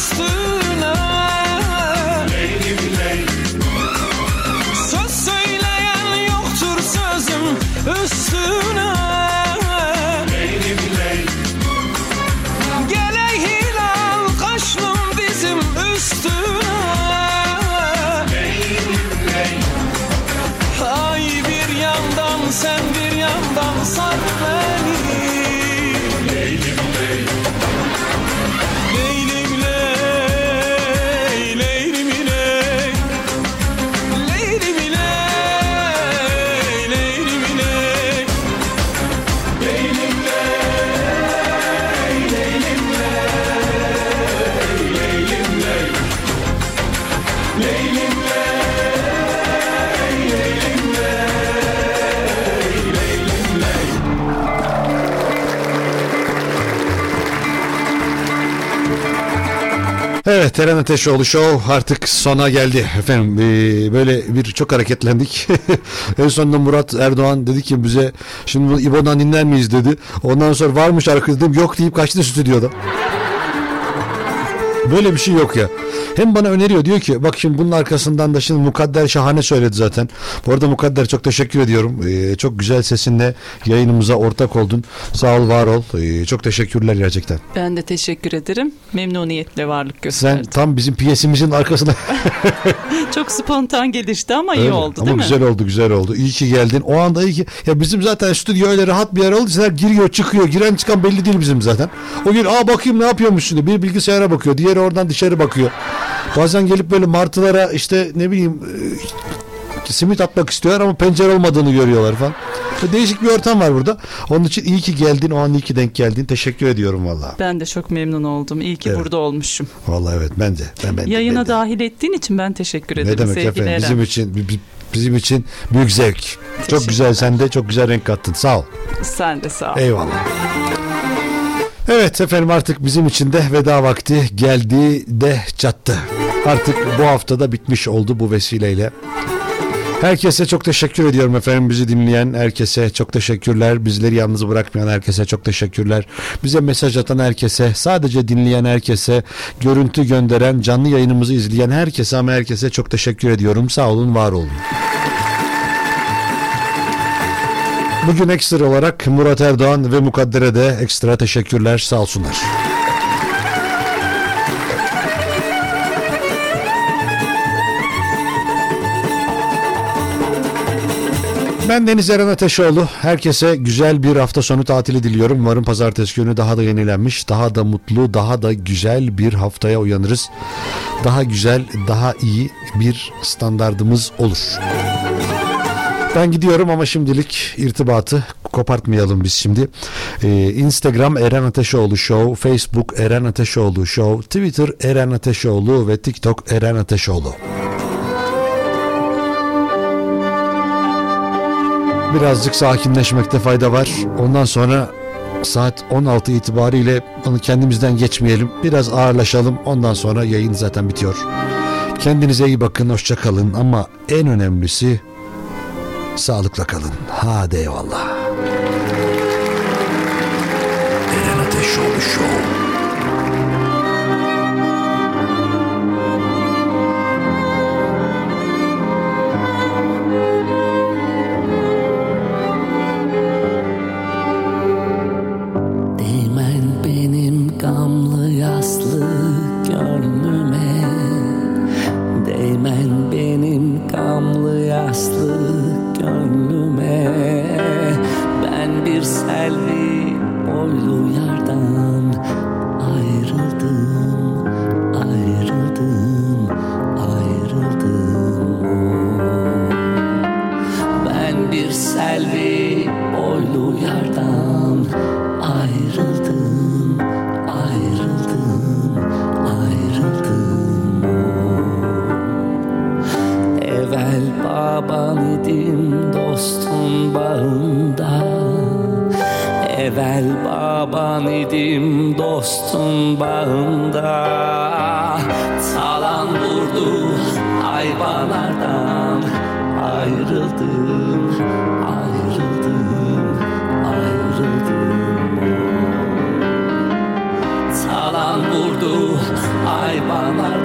üstüne. Leylim ley. Söz söyleyen yoktur sözüm üstüne. Leylim ley. Gele hilal kaşlım bizim üstüne. Leylim ley. Ay bir yandan sen bir yandan sar beni. Leylim ley. Leylim ley. Leylim ley. Leylim ley. Leylim ley. Leylim ley. Leylim ley. Leylim ley. Leylim ley. Evet, Eren Ateşoğlu Show artık sona geldi efendim. Böyle bir çok hareketlendik. En sonunda Murat Erdoğan dedi ki bize şimdi bunu İbo'dan dinler miyiz dedi. Ondan sonra varmış arkadaşım, dedim yok deyip kaçtı stüdyoda. Böyle bir şey yok ya. Hem bana öneriyor, diyor ki bak şimdi bunun arkasından da şimdi Mukadder şahane söyledi zaten. Bu arada Mukadder çok teşekkür ediyorum. Çok güzel sesinle yayınımıza ortak oldun. Sağ ol, var ol. Çok teşekkürler gerçekten. Ben de teşekkür ederim. Memnuniyetle varlık gösterdim. Sen tam bizim piyesimizin arkasında. Çok spontan gelişti ama iyi oldu ama değil mi? Güzel oldu, güzel oldu. İyi ki geldin. O anda iyi ki. Ya bizim zaten stüdyo öyle rahat bir yer oldu. Sen giriyor çıkıyor. Giren çıkan belli değil bizim zaten. O gün bakayım ne yapıyormuş şimdi. Bir bilgisayara bakıyor. Diğeri oradan dışarı bakıyor. Bazen gelip böyle martılara işte ne bileyim simit atmak istiyorlar ama pencere olmadığını görüyorlar falan. Değişik bir ortam var burada. Onun için iyi ki geldin. O an iyi ki denk geldin. Teşekkür ediyorum vallahi. Ben de çok memnun oldum. İyi ki burada olmuşum. Vallahi evet, ben de. Yayına dahil ettiğin için ben teşekkür ederim. Ne demek efendim? Eren. Bizim için büyük zevk. Çok güzel, sen de çok güzel renk kattın. Sağ ol. Sen de sağ ol. Eyvallah. Evet efendim, artık bizim için de veda vakti geldi de çattı. Artık bu haftada bitmiş oldu bu vesileyle. Herkese çok teşekkür ediyorum efendim. Bizi dinleyen herkese çok teşekkürler. Bizleri yalnız bırakmayan herkese çok teşekkürler. Bize mesaj atan herkese, sadece dinleyen herkese, görüntü gönderen, canlı yayınımızı izleyen herkese ama herkese çok teşekkür ediyorum. Sağ olun, var olun. Bugün ekstra olarak Murat Erdoğan ve Mukadder'e de ekstra teşekkürler, sağ olsunlar. Ben Deniz Eren Ateşoğlu. Herkese güzel bir hafta sonu tatili diliyorum. Umarım pazartesi günü daha da yenilenmiş, daha da mutlu, daha da güzel bir haftaya uyanırız. Daha güzel, daha iyi bir standardımız olur. Ben gidiyorum ama şimdilik irtibatı kopartmayalım biz şimdi. Instagram Eren Ateşoğlu Show, Facebook Eren Ateşoğlu Show, Twitter Eren Ateşoğlu ve TikTok Eren Ateşoğlu. Birazcık sakinleşmekte fayda var. Ondan sonra saat 16 itibariyle onu kendimizden geçmeyelim. Biraz ağırlaşalım. Ondan sonra yayın zaten bitiyor. Kendinize iyi bakın. Hoşça kalın. Ama en önemlisi sağlıkla kalın. Hadi eyvallah. Eren Ateşoğlu Show. Ay zamanlar